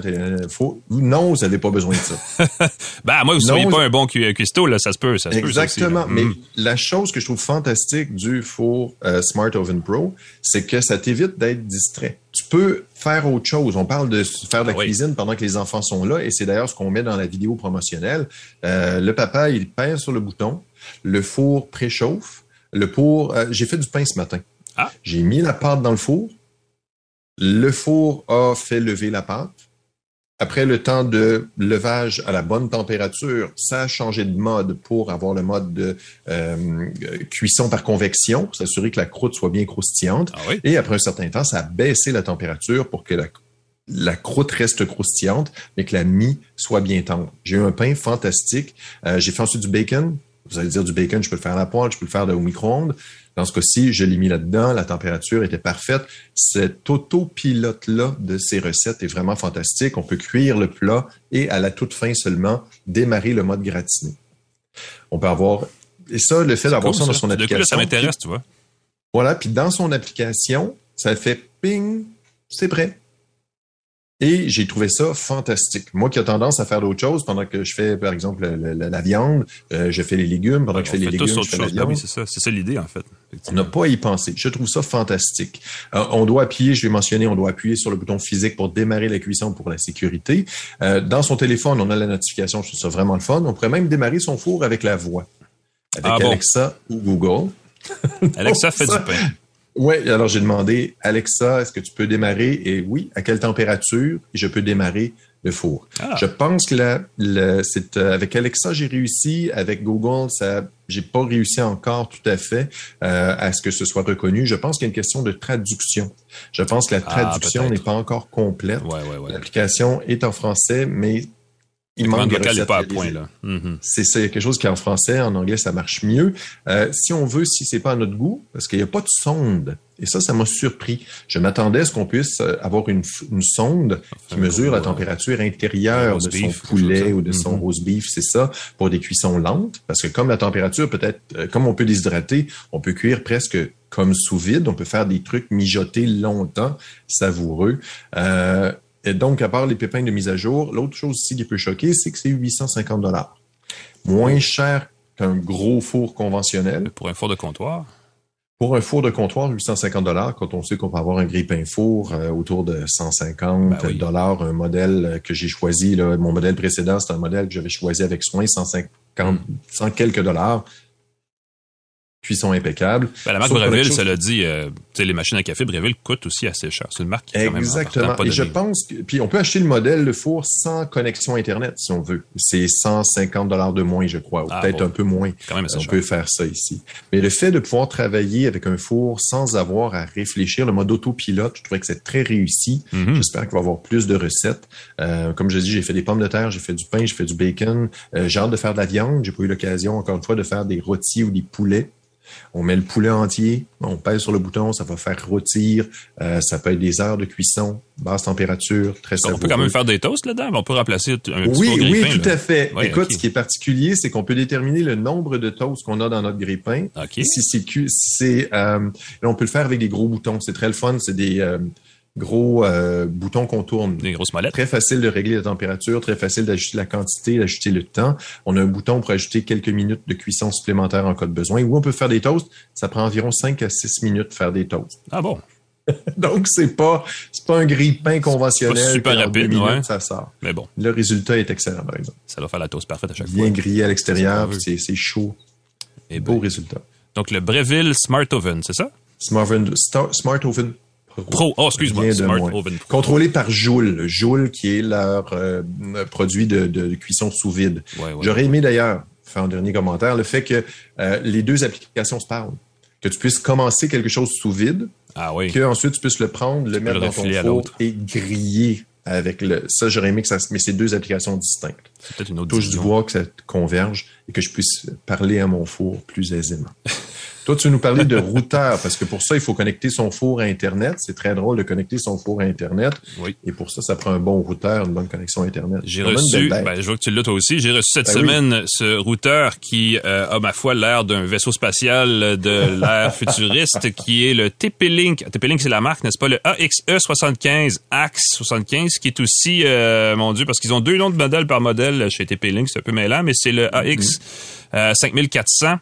Non, vous n'avez pas besoin de ça. Moi, vous ne seriez pas un bon cuistot, là. Ça se peut. Exactement. Mais la chose que je trouve fantastique du four Smart Oven Pro, c'est que ça t'évite d'être distrait. Tu peux faire autre chose. On parle de faire de la cuisine pendant que les enfants sont là, et c'est d'ailleurs ce qu'on met dans la vidéo promotionnelle. Le papa, il pèse sur le bouton. Le four préchauffe. J'ai fait du pain ce matin. Ah. J'ai mis la pâte dans le four. Le four a fait lever la pâte. Après le temps de levage à la bonne température, ça a changé de mode pour avoir le mode de cuisson par convection, pour s'assurer que la croûte soit bien croustillante. Ah oui? Et après un certain temps, ça a baissé la température pour que la croûte reste croustillante, mais que la mie soit bien tendre. J'ai eu un pain fantastique. J'ai fait ensuite du bacon. Vous allez dire du bacon, je peux le faire à la poêle, je peux le faire au micro-ondes. Dans ce cas-ci, je l'ai mis là-dedans, la température était parfaite. Cet autopilote-là de ces recettes est vraiment fantastique. On peut cuire le plat et à la toute fin seulement, démarrer le mode gratiné. On peut avoir... Et ça, le fait d'avoir ça dans son application... Du coup, là, ça m'intéresse, tu vois. Voilà, puis dans son application, ça fait ping, c'est prêt. Et j'ai trouvé ça fantastique. Moi qui ai tendance à faire d'autres choses pendant que je fais, par exemple, la viande, je fais les légumes. Pendant que je fais les légumes, je fais la viande. Oui, c'est ça l'idée, en fait. On n'a pas à y penser. Je trouve ça fantastique. On doit appuyer, je l'ai mentionné, on doit appuyer sur le bouton physique pour démarrer la cuisson pour la sécurité. Dans son téléphone, on a la notification. Je trouve ça vraiment le fun. On pourrait même démarrer son four avec la voix. Avec Alexa ou Google. Alexa fait du pain. Oui, alors j'ai demandé, Alexa, est-ce que tu peux démarrer? Et oui, à quelle température je peux démarrer le four? Ah. Je pense que c'est avec Alexa, j'ai réussi. Avec Google, j'ai pas réussi encore tout à fait à ce que ce soit reconnu. Je pense qu'il y a une question de traduction. Je pense que la traduction n'est pas encore complète. Ouais. L'application est en français, mais Il manque des recettes. N'est pas à point, là. Mm-hmm. C'est ça, il y a quelque chose qui en français, en anglais, ça marche mieux. Si on veut, si c'est pas à notre goût, parce qu'il n'y a pas de sonde. Et ça m'a surpris. Je m'attendais à ce qu'on puisse avoir une sonde qui mesure la température intérieure de son poulet ou de son roast beef, c'est ça, pour des cuissons lentes. Parce que comme la température comme on peut déshydrater, on peut cuire presque comme sous vide. On peut faire des trucs mijotés longtemps, savoureux. Et donc, à part les pépins de mise à jour, l'autre chose aussi qui peut choquer, c'est que c'est $850. Moins cher qu'un gros four conventionnel. Pour un four de comptoir? Pour un four de comptoir, $850, quand on sait qu'on peut avoir un grille-pain four autour de $150, un modèle que j'ai choisi, là, mon modèle précédent, c'est un modèle que j'avais choisi avec soin, 100 quelques dollars. Cuisson impeccable. La marque Breville, ça l'a dit, les machines à café Breville coûtent aussi assez cher. C'est une marque qui est quand même exactement. Et je pense que, puis on peut acheter le four sans connexion Internet, si on veut. C'est $150 de moins, je crois, ou peut-être un peu moins. Quand même assez cher. On peut faire ça ici. Mais le fait de pouvoir travailler avec un four sans avoir à réfléchir, le mode autopilote, je trouvais que c'est très réussi. Mm-hmm. J'espère qu'il va y avoir plus de recettes. Comme je dis, j'ai fait des pommes de terre, j'ai fait du pain, j'ai fait du bacon. J'ai hâte de faire de la viande. J'ai pas eu l'occasion, encore une fois, de faire des rôtis ou des poulets. On met le poulet entier, on pèse sur le bouton, ça va faire rôtir. Ça peut être des heures de cuisson, basse température, très savoureux. On peut quand même faire des toasts là-dedans, on peut remplacer un petit four grille-pain. Oui, tout à fait. Ouais, écoute, ce qui est particulier, c'est qu'on peut déterminer le nombre de toasts qu'on a dans notre grille-pain. Okay. On peut le faire avec des gros boutons. C'est très le fun. C'est des gros boutons qu'on tourne. Des grosses molettes. Très facile de régler la température, très facile d'ajuster la quantité, d'ajuster le temps. On a un bouton pour ajouter quelques minutes de cuisson supplémentaire en cas de besoin. Ou on peut faire des toasts. Ça prend environ 5 à 6 minutes de faire des toasts. Ah bon? Donc, c'est pas un grille-pain conventionnel. C'est pas super rapide, 2 minutes, ça sort. Mais bon. Le résultat est excellent, par exemple. Ça va faire la toast parfaite à chaque fois. Bien grillé à l'extérieur, c'est chaud. Et beau résultat. Donc, le Breville Smart Oven, c'est ça? Smart Oven Pro. Oh, excuse-moi. Smart Oven Pro. Contrôlé par Joule. Joule, qui est leur produit de cuisson sous vide. Ouais. J'aurais aimé d'ailleurs, faire un dernier commentaire, le fait que les deux applications se parlent. Que tu puisses commencer quelque chose sous vide. Ah oui. Qu'ensuite tu puisses le prendre, le mettre dans ton four et griller avec ça, j'aurais aimé que mais c'est deux applications distinctes. C'est peut-être une autre touche du bois, que ça converge et que je puisse parler à mon four plus aisément. Toi, tu veux nous parler de routeur, parce que pour ça, il faut connecter son four à Internet. C'est très drôle de connecter son four à Internet. Oui. Et pour ça, ça prend un bon routeur, une bonne connexion Internet. J'ai reçu, je vois que tu l'as toi aussi, j'ai reçu cette semaine ce routeur qui a, ma foi, l'air d'un vaisseau spatial de l'ère futuriste, qui est le TP-Link. TP-Link, c'est la marque, n'est-ce pas? Le AXE75, AX75, qui est aussi, mon Dieu, parce qu'ils ont 2 noms de modèles par modèle chez TP-Link, c'est un peu mêlant, mais c'est le AX 5400.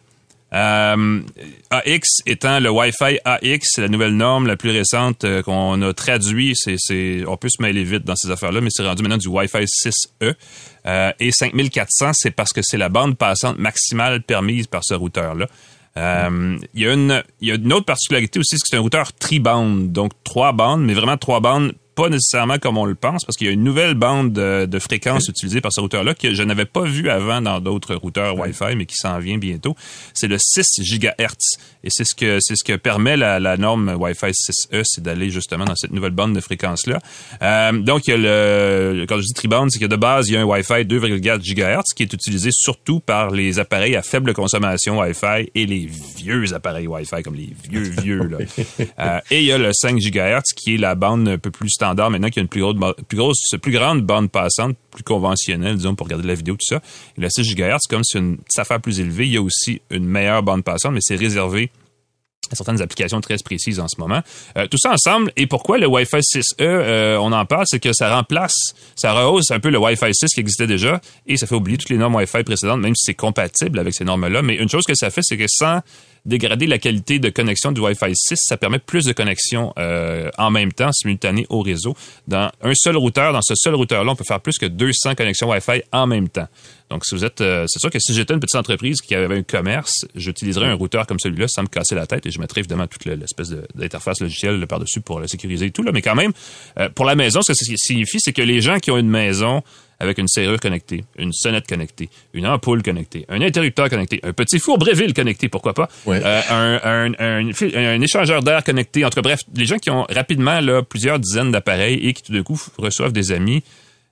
AX étant le Wi-Fi AX, c'est la nouvelle norme la plus récente qu'on a traduit. On peut se mêler vite dans ces affaires-là, mais c'est rendu maintenant du Wi-Fi 6E. Et 5400, c'est parce que c'est la bande passante maximale permise par ce routeur-là. Il y a une autre particularité aussi, c'est que c'est un routeur tri-bande, donc 3 bandes, mais vraiment 3 bandes, pas nécessairement comme on le pense, parce qu'il y a une nouvelle bande de fréquence utilisée par ce routeur-là que je n'avais pas vu avant dans d'autres routeurs Wi-Fi, mais qui s'en vient bientôt. C'est le 6 GHz. Et c'est ce que permet la norme Wi-Fi 6E, c'est d'aller justement dans cette nouvelle bande de fréquence-là. Donc, il y a quand je dis tri-bande, c'est que de base, il y a un Wi-Fi 2,4 GHz qui est utilisé surtout par les appareils à faible consommation Wi-Fi et les vieux appareils Wi-Fi, comme les vieux, là. Et il y a le 5 GHz qui est la bande un peu plus standard maintenant, qui a une plus grande bande passante, plus conventionnelle, disons, pour regarder la vidéo, tout ça. Et le 6 GHz, comme c'est une petite affaire plus élevée, il y a aussi une meilleure bande passante, mais c'est réservé à certaines applications très précises en ce moment. Tout ça ensemble, et pourquoi le Wi-Fi 6E, on en parle, c'est que ça rehausse un peu le Wi-Fi 6 qui existait déjà, et ça fait oublier toutes les normes Wi-Fi précédentes, même si c'est compatible avec ces normes-là. Mais une chose que ça fait, c'est que sans dégrader la qualité de connexion du Wi-Fi 6, ça permet plus de connexions en même temps, simultanées au réseau. Dans un seul routeur, dans ce seul routeur-là, on peut faire plus que 200 connexions Wi-Fi en même temps. Donc, si vous êtes, c'est sûr que si j'étais une petite entreprise qui avait un commerce, j'utiliserais un routeur comme celui-là sans me casser la tête et je mettrais évidemment toute l'espèce d'interface logicielle par-dessus pour le sécuriser et tout, là. Mais quand même, pour la maison, ce que ça signifie, c'est que les gens qui ont une maison avec une serrure connectée, une sonnette connectée, une ampoule connectée, un interrupteur connecté, un petit four Breville connecté, pourquoi pas, ouais. un échangeur d'air connecté, entre bref, les gens qui ont rapidement là plusieurs dizaines d'appareils et qui tout d'un coup reçoivent des amis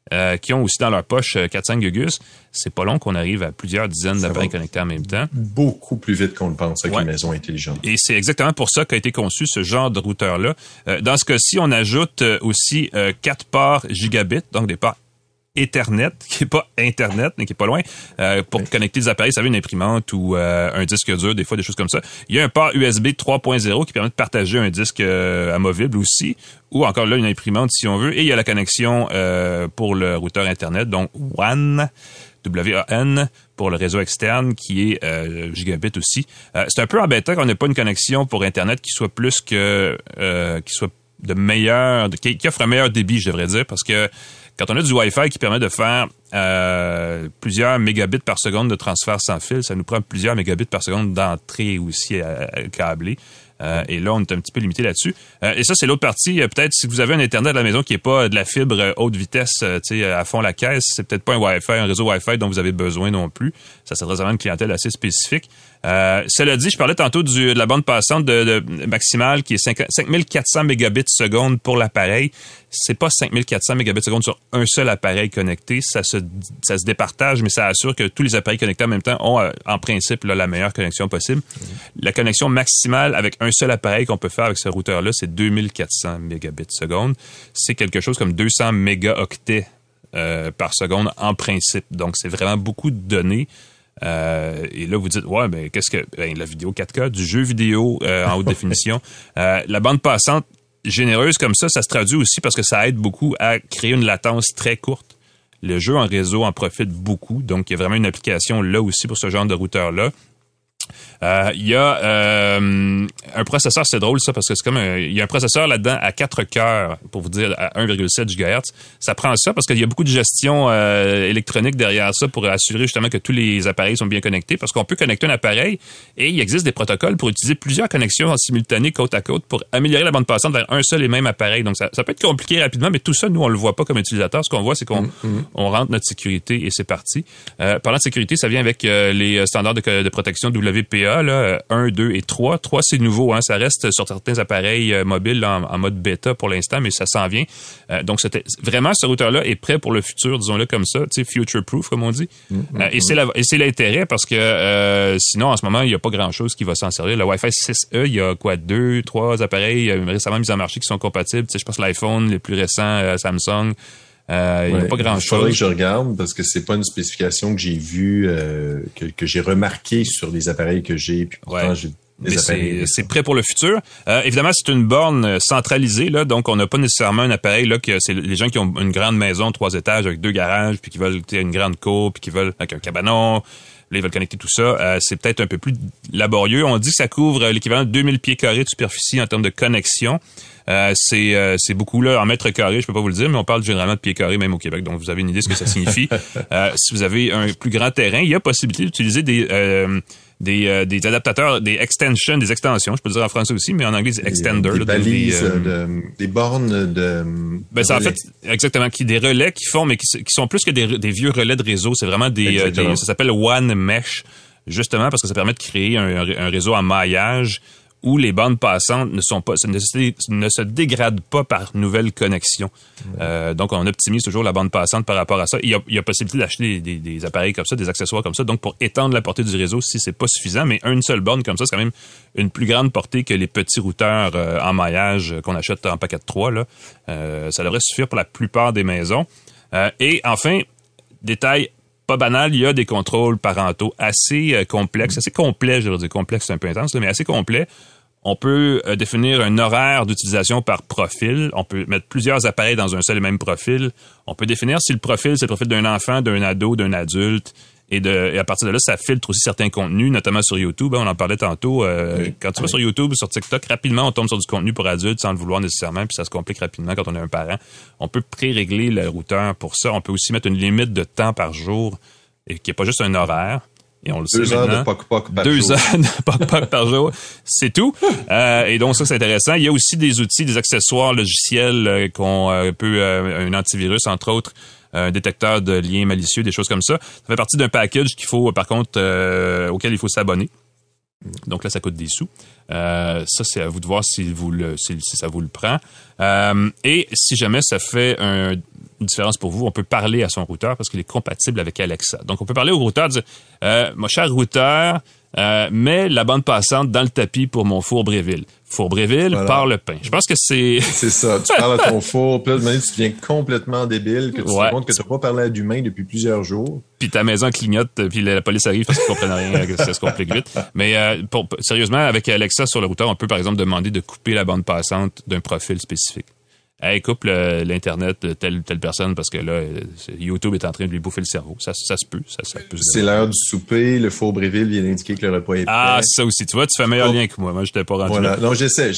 qui ont aussi dans leur poche 4-5 Gugus, c'est pas long qu'on arrive à plusieurs dizaines d'appareils connectés en même temps. Beaucoup plus vite qu'on le pense avec une maison intelligente. Et c'est exactement pour ça qu'a été conçu ce genre de routeur-là. Dans ce cas-ci, on ajoute aussi 4 ports gigabits, donc des ports Ethernet, qui est pas Internet, mais qui est pas loin, pour connecter des appareils, ça veut une imprimante ou un disque dur, des fois, des choses comme ça. Il y a un port USB 3.0 qui permet de partager un disque amovible aussi, ou encore là, une imprimante si on veut. Et il y a la connexion pour le routeur Internet, donc WAN, W-A-N, pour le réseau externe, qui est gigabit aussi. C'est un peu embêtant qu'on n'ait pas une connexion pour Internet qui soit plus que... qui soit de meilleur... qui offre un meilleur débit, je devrais dire, parce que quand on a du Wi-Fi qui permet de faire plusieurs mégabits par seconde de transfert sans fil, ça nous prend plusieurs mégabits par seconde d'entrée aussi câblée. Et là, on est un petit peu limité là-dessus. Et ça, c'est l'autre partie. Peut-être si vous avez un Internet à la maison qui n'est pas de la fibre haute vitesse à fond la caisse, c'est peut-être pas un Wi-Fi, un réseau Wi-Fi dont vous avez besoin non plus. Ça s'adresse vraiment à une clientèle assez spécifique. Cela dit, je parlais tantôt de la bande passante de maximale qui est 5400 mégabits seconde pour l'appareil. C'est pas 5400 mégabits seconde sur un seul appareil connecté. Ça se départage, mais ça assure que tous les appareils connectés en même temps ont, en principe, là, la meilleure connexion possible. La connexion maximale avec un seul appareil qu'on peut faire avec ce routeur-là, c'est 2400 mégabits seconde. C'est quelque chose comme 200 mégaoctets par seconde en principe. Donc, c'est vraiment beaucoup de données. Et là, vous dites, mais qu'est-ce que... la vidéo 4K, du jeu vidéo en haute définition. La bande passante généreuse comme ça se traduit aussi parce que ça aide beaucoup à créer une latence très courte. Le jeu en réseau en profite beaucoup. Donc, il y a vraiment une application là aussi pour ce genre de routeur-là. Il y a un processeur, c'est drôle ça, parce que c'est comme il y a un processeur là-dedans à 4 cœurs, pour vous dire, à 1,7 GHz. Ça prend ça parce qu'il y a beaucoup de gestion électronique derrière ça pour assurer justement que tous les appareils sont bien connectés, parce qu'on peut connecter un appareil et il existe des protocoles pour utiliser plusieurs connexions en simultané côte à côte pour améliorer la bande passante vers un seul et même appareil. Donc ça peut être compliqué rapidement, mais tout ça, nous, on le voit pas comme utilisateur. Ce qu'on voit, c'est qu'on rentre notre sécurité et c'est parti. Parlant de sécurité, ça vient avec les standards de protection WPA, là, 1, 2 et 3. 3, c'est nouveau, hein, ça reste sur certains appareils mobiles là, en mode bêta pour l'instant, mais ça s'en vient. Donc, vraiment, ce routeur-là est prêt pour le futur, disons-le comme ça, tu sais, future-proof, comme on dit. Et c'est l'intérêt parce que sinon, en ce moment, il n'y a pas grand-chose qui va s'en servir. Le Wi-Fi 6E, il y a 2, 3 appareils récemment mis en marché qui sont compatibles. Tu sais, je pense l'iPhone, les plus récents, Samsung. Il n'y a pas grand-chose. Il faudrait que je regarde parce que c'est pas une spécification que j'ai vue, que j'ai remarqué sur les appareils que j'ai. Puis pourtant, j'ai des appareils. C'est prêt pour le futur. Évidemment, c'est une borne centralisée, là, donc on n'a pas nécessairement un appareil là que c'est les gens qui ont une grande maison, 3 étages avec 2 garages, puis qui veulent une grande cour, puis qui veulent avec un cabanon. Là, ils veulent connecter tout ça. C'est peut-être un peu plus laborieux. On dit que ça couvre l'équivalent de 2000 pieds carrés de superficie en termes de connexion. C'est beaucoup là en mètres carrés, je peux pas vous le dire, mais on parle généralement de pieds carrés même au Québec, donc vous avez une idée de ce que ça signifie. Si vous avez un plus grand terrain, il y a possibilité d'utiliser des adaptateurs, des extensions, je peux le dire en français aussi, mais en anglais c'est extender. Des balises, des bornes de. Ben c'est en fait exactement des relais qui font, mais qui sont plus que des vieux relais de réseau. C'est vraiment ça s'appelle One Mesh, justement parce que ça permet de créer un réseau en maillage où les bandes passantes ne se dégradent pas par nouvelle connexion. Donc, on optimise toujours la bande passante par rapport à ça. Il y a possibilité d'acheter des appareils comme ça, des accessoires comme ça, donc pour étendre la portée du réseau si c'est pas suffisant, mais une seule borne comme ça, c'est quand même une plus grande portée que les petits routeurs en maillage qu'on achète en paquet de 3. Là. Ça devrait suffire pour la plupart des maisons. Et enfin, détail pas banal, il y a des contrôles parentaux assez complexes, assez complets, je veux dire complexe, c'est un peu intense, mais assez complets. On peut définir un horaire d'utilisation par profil. On peut mettre plusieurs appareils dans un seul et même profil. On peut définir si le profil, c'est le profil d'un enfant, d'un ado, d'un adulte. Et à partir de là, ça filtre aussi certains contenus, notamment sur YouTube. On en parlait tantôt. Quand tu vas sur YouTube ou sur TikTok, rapidement, on tombe sur du contenu pour adultes sans le vouloir nécessairement, puis ça se complique rapidement quand on est un parent. On peut pré-régler le routeur pour ça. On peut aussi mettre une limite de temps par jour, et qui n'est pas juste un horaire. Et on le sait maintenant. 2 heures de poc-poc par jour. 2 heures de poc-poc par jour. C'est tout. Et donc, ça, c'est intéressant. Il y a aussi des outils, des accessoires logiciels qu'on peut, un antivirus, entre autres, un détecteur de liens malicieux, des choses comme ça. Ça fait partie d'un package qu'il faut, par contre, auquel il faut s'abonner. Donc là, ça coûte des sous. Ça, c'est à vous de voir si ça vous le prend. Et si jamais ça fait une différence pour vous. On peut parler à son routeur parce qu'il est compatible avec Alexa. Donc, on peut parler au routeur, dire mon cher routeur, mets la bande passante dans le tapis pour mon four Bréville. Four Bréville, part le pain. Je pense que c'est... C'est ça. Tu parles à ton four, puis là, tu deviens complètement débile, que tu te rends compte que tu n'as pas parlé à d'humain depuis plusieurs jours. Puis ta maison clignote, puis la police arrive parce qu'ils comprennent rien, ça se complique vite. Mais sérieusement, avec Alexa sur le routeur, on peut par exemple demander de couper la bande passante d'un profil spécifique. Hey, coupe l'Internet de telle personne parce que là, YouTube est en train de lui bouffer le cerveau. Ça se peut. Ça peut c'est l'heure du souper. Le four Bréville vient d'indiquer que le repas est prêt. Ah, ça aussi. Tu vois, tu fais un meilleur lien que moi. Moi, je t'ai pas rendu voilà. là. Non, j'essaie.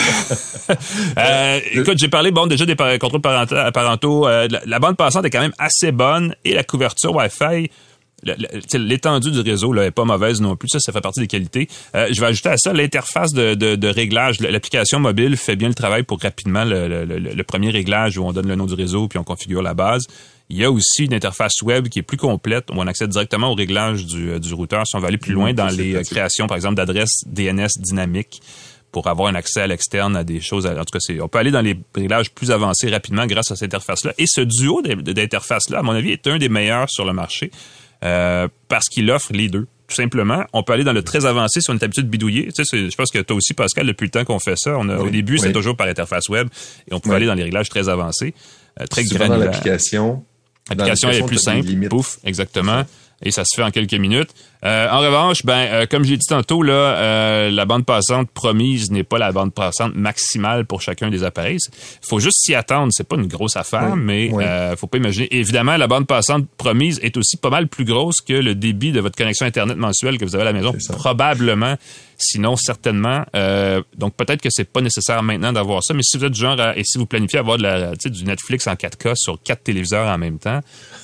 Écoute, j'ai parlé, déjà des contrôles parentaux. La bande passante est quand même assez bonne et la couverture Wi-Fi, l'étendue du réseau là est pas mauvaise non plus. Ça fait partie des qualités. Je vais ajouter à ça l'interface de réglage. L'application mobile fait bien le travail pour rapidement le premier réglage où on donne le nom du réseau puis on configure la base. Il y a aussi une interface web qui est plus complète où on accède directement au réglage du routeur. Si on veut aller plus loin dans les créations, par exemple, d'adresses DNS dynamiques pour avoir un accès à l'externe à des choses. En tout cas, on peut aller dans les réglages plus avancés rapidement grâce à cette interface-là. Et ce duo d'interfaces-là, à mon avis, est un des meilleurs sur le marché. Parce qu'il offre les deux. Tout simplement, on peut aller dans le très avancé si on est habitué de bidouiller. Tu sais, je pense que toi aussi, Pascal, depuis le temps qu'on fait ça, au début, c'est toujours par interface web et on peut aller dans les réglages très avancés, très granulaires. L'application est plus simple. Pouf, exactement. Et ça se fait en quelques minutes. En revanche, comme j'ai dit tantôt, là, la bande passante promise n'est pas la bande passante maximale pour chacun des appareils. Faut juste s'y attendre. C'est pas une grosse affaire, mais faut pas imaginer. Évidemment, la bande passante promise est aussi pas mal plus grosse que le débit de votre connexion Internet mensuelle que vous avez à la maison. Probablement. Sinon, certainement. Donc, peut-être que c'est pas nécessaire maintenant d'avoir ça, mais si vous êtes du genre et si vous planifiez avoir du Netflix en 4K sur 4 téléviseurs en même temps,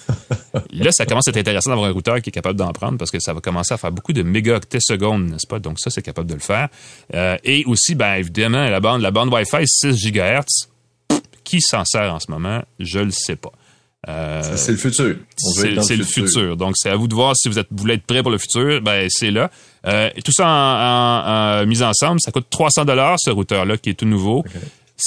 là, ça commence à être intéressant d'avoir un routeur qui est capable d'en prendre parce que ça va commencer à faire beaucoup de mégaoctets secondes, n'est-ce pas? Donc, ça, c'est capable de le faire. Et aussi, évidemment, la bande Wi-Fi 6 GHz, qui s'en sert en ce moment? Je le sais pas. C'est le futur. C'est le futur. Donc, c'est à vous de voir si vous voulez être prêt pour le futur. C'est là. Tout ça en mise ensemble, ça coûte $300 ce routeur-là qui est tout nouveau. Okay.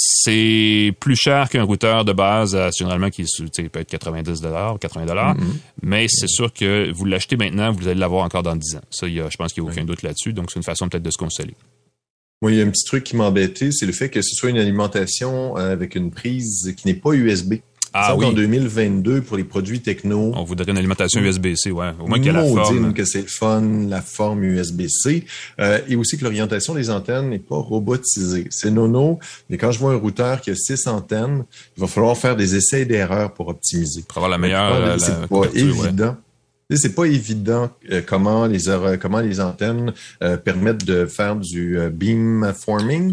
C'est plus cher qu'un routeur de base, généralement, qui peut être $90, $80. Mais c'est sûr que vous l'achetez maintenant, vous allez l'avoir encore dans 10 ans. Ça, je pense qu'il n'y a aucun doute là-dessus. Donc, c'est une façon peut-être de se consoler. Moi, il y a un petit truc qui m'embêtait, c'est le fait que ce soit une alimentation avec une prise qui n'est pas USB. Ah oui. En 2022, pour les produits techno... On voudrait une alimentation USB-C, ouais. Au moins qu'il y a la forme. Que c'est le fun, la forme USB-C. Et aussi que l'orientation des antennes n'est pas robotisée. C'est nono. Mais quand je vois un routeur qui a 6 antennes, il va falloir faire des essais et d'erreurs pour optimiser. Pour avoir la meilleure... C'est pas évident. Ouais. C'est pas évident comment les antennes permettent de faire du beamforming,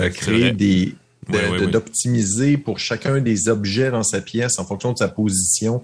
créer d'optimiser pour chacun des objets dans sa pièce en fonction de sa position,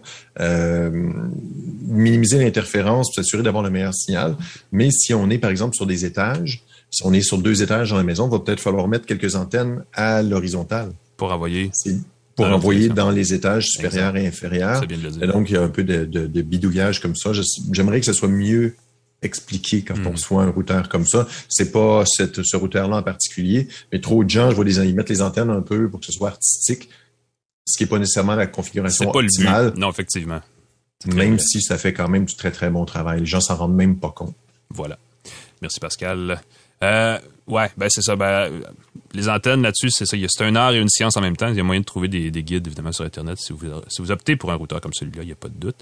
minimiser l'interférence pour s'assurer d'avoir le meilleur signal. Mais si on est, par exemple, sur des étages, si on est sur 2 étages dans la maison, il va peut-être falloir mettre quelques antennes à l'horizontale. Pour envoyer. Pour envoyer dans les étages supérieurs et inférieurs. C'est bien de le dire. Et donc, il y a un peu de bidouillage comme ça. J'aimerais que ce soit mieux expliqué quand on reçoit un routeur comme ça. C'est pas ce routeur-là en particulier, mais trop de gens, je vois ils mettent les antennes un peu pour que ce soit artistique, ce qui n'est pas nécessairement la configuration optimale. Le but. Non, effectivement. Même si ça fait quand même du très, très bon travail. Les gens s'en rendent même pas compte. Voilà. Merci, Pascal. C'est ça. Les antennes là-dessus, c'est ça. C'est un art et une science en même temps. Il y a moyen de trouver des guides, évidemment, sur Internet. Si vous optez pour un routeur comme celui-là, il n'y a pas de doute.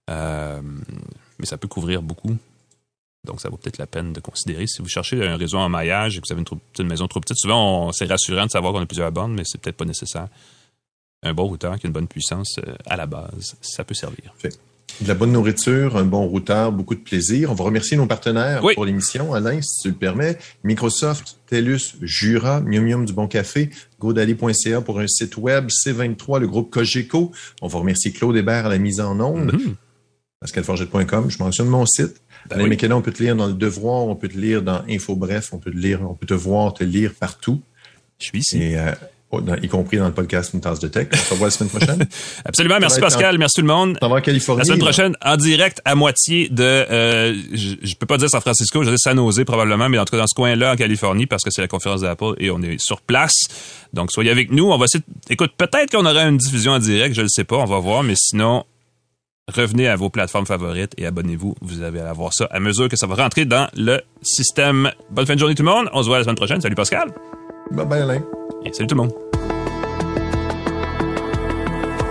Mais ça peut couvrir beaucoup. Donc, ça vaut peut-être la peine de considérer. Si vous cherchez un réseau en maillage et que vous avez une maison trop petite, souvent, c'est rassurant de savoir qu'on a plusieurs bandes, mais c'est peut-être pas nécessaire. Un bon routeur qui a une bonne puissance à la base, ça peut servir. De la bonne nourriture, un bon routeur, beaucoup de plaisir. On va remercier nos partenaires pour l'émission. Alain, si tu le permets, Microsoft, TELUS, Jura, Mium Mium du Bon Café, godaddy.ca pour un site web, C23, le groupe Cogeco. On va remercier Claude Hébert à la mise en onde. PascalForget.com, je mentionne mon site. Alain McKenna, on peut te lire dans Le Devoir, on peut te lire dans Info Bref, on peut te voir, te lire partout. Je suis ici. y compris dans le podcast Une tasse de tech. On se revoit la semaine prochaine. Absolument. Merci Pascal. Merci tout le monde. On va en Californie. La semaine prochaine, en direct à moitié de... je peux pas dire San Francisco, je dirais San Jose probablement, mais en tout cas dans ce coin-là en Californie parce que c'est la conférence d'Apple et on est sur place. Donc soyez avec nous. On va essayer... Écoute, peut-être qu'on aura une diffusion en direct, je le sais pas, on va voir, mais sinon... Revenez à vos plateformes favorites et abonnez-vous. Vous allez avoir ça à mesure que ça va rentrer dans le système. Bonne fin de journée tout le monde. On se voit la semaine prochaine. Salut Pascal. Bye bye Alain. Et salut tout le monde.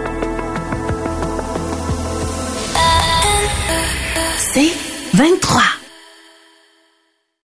C'est 23.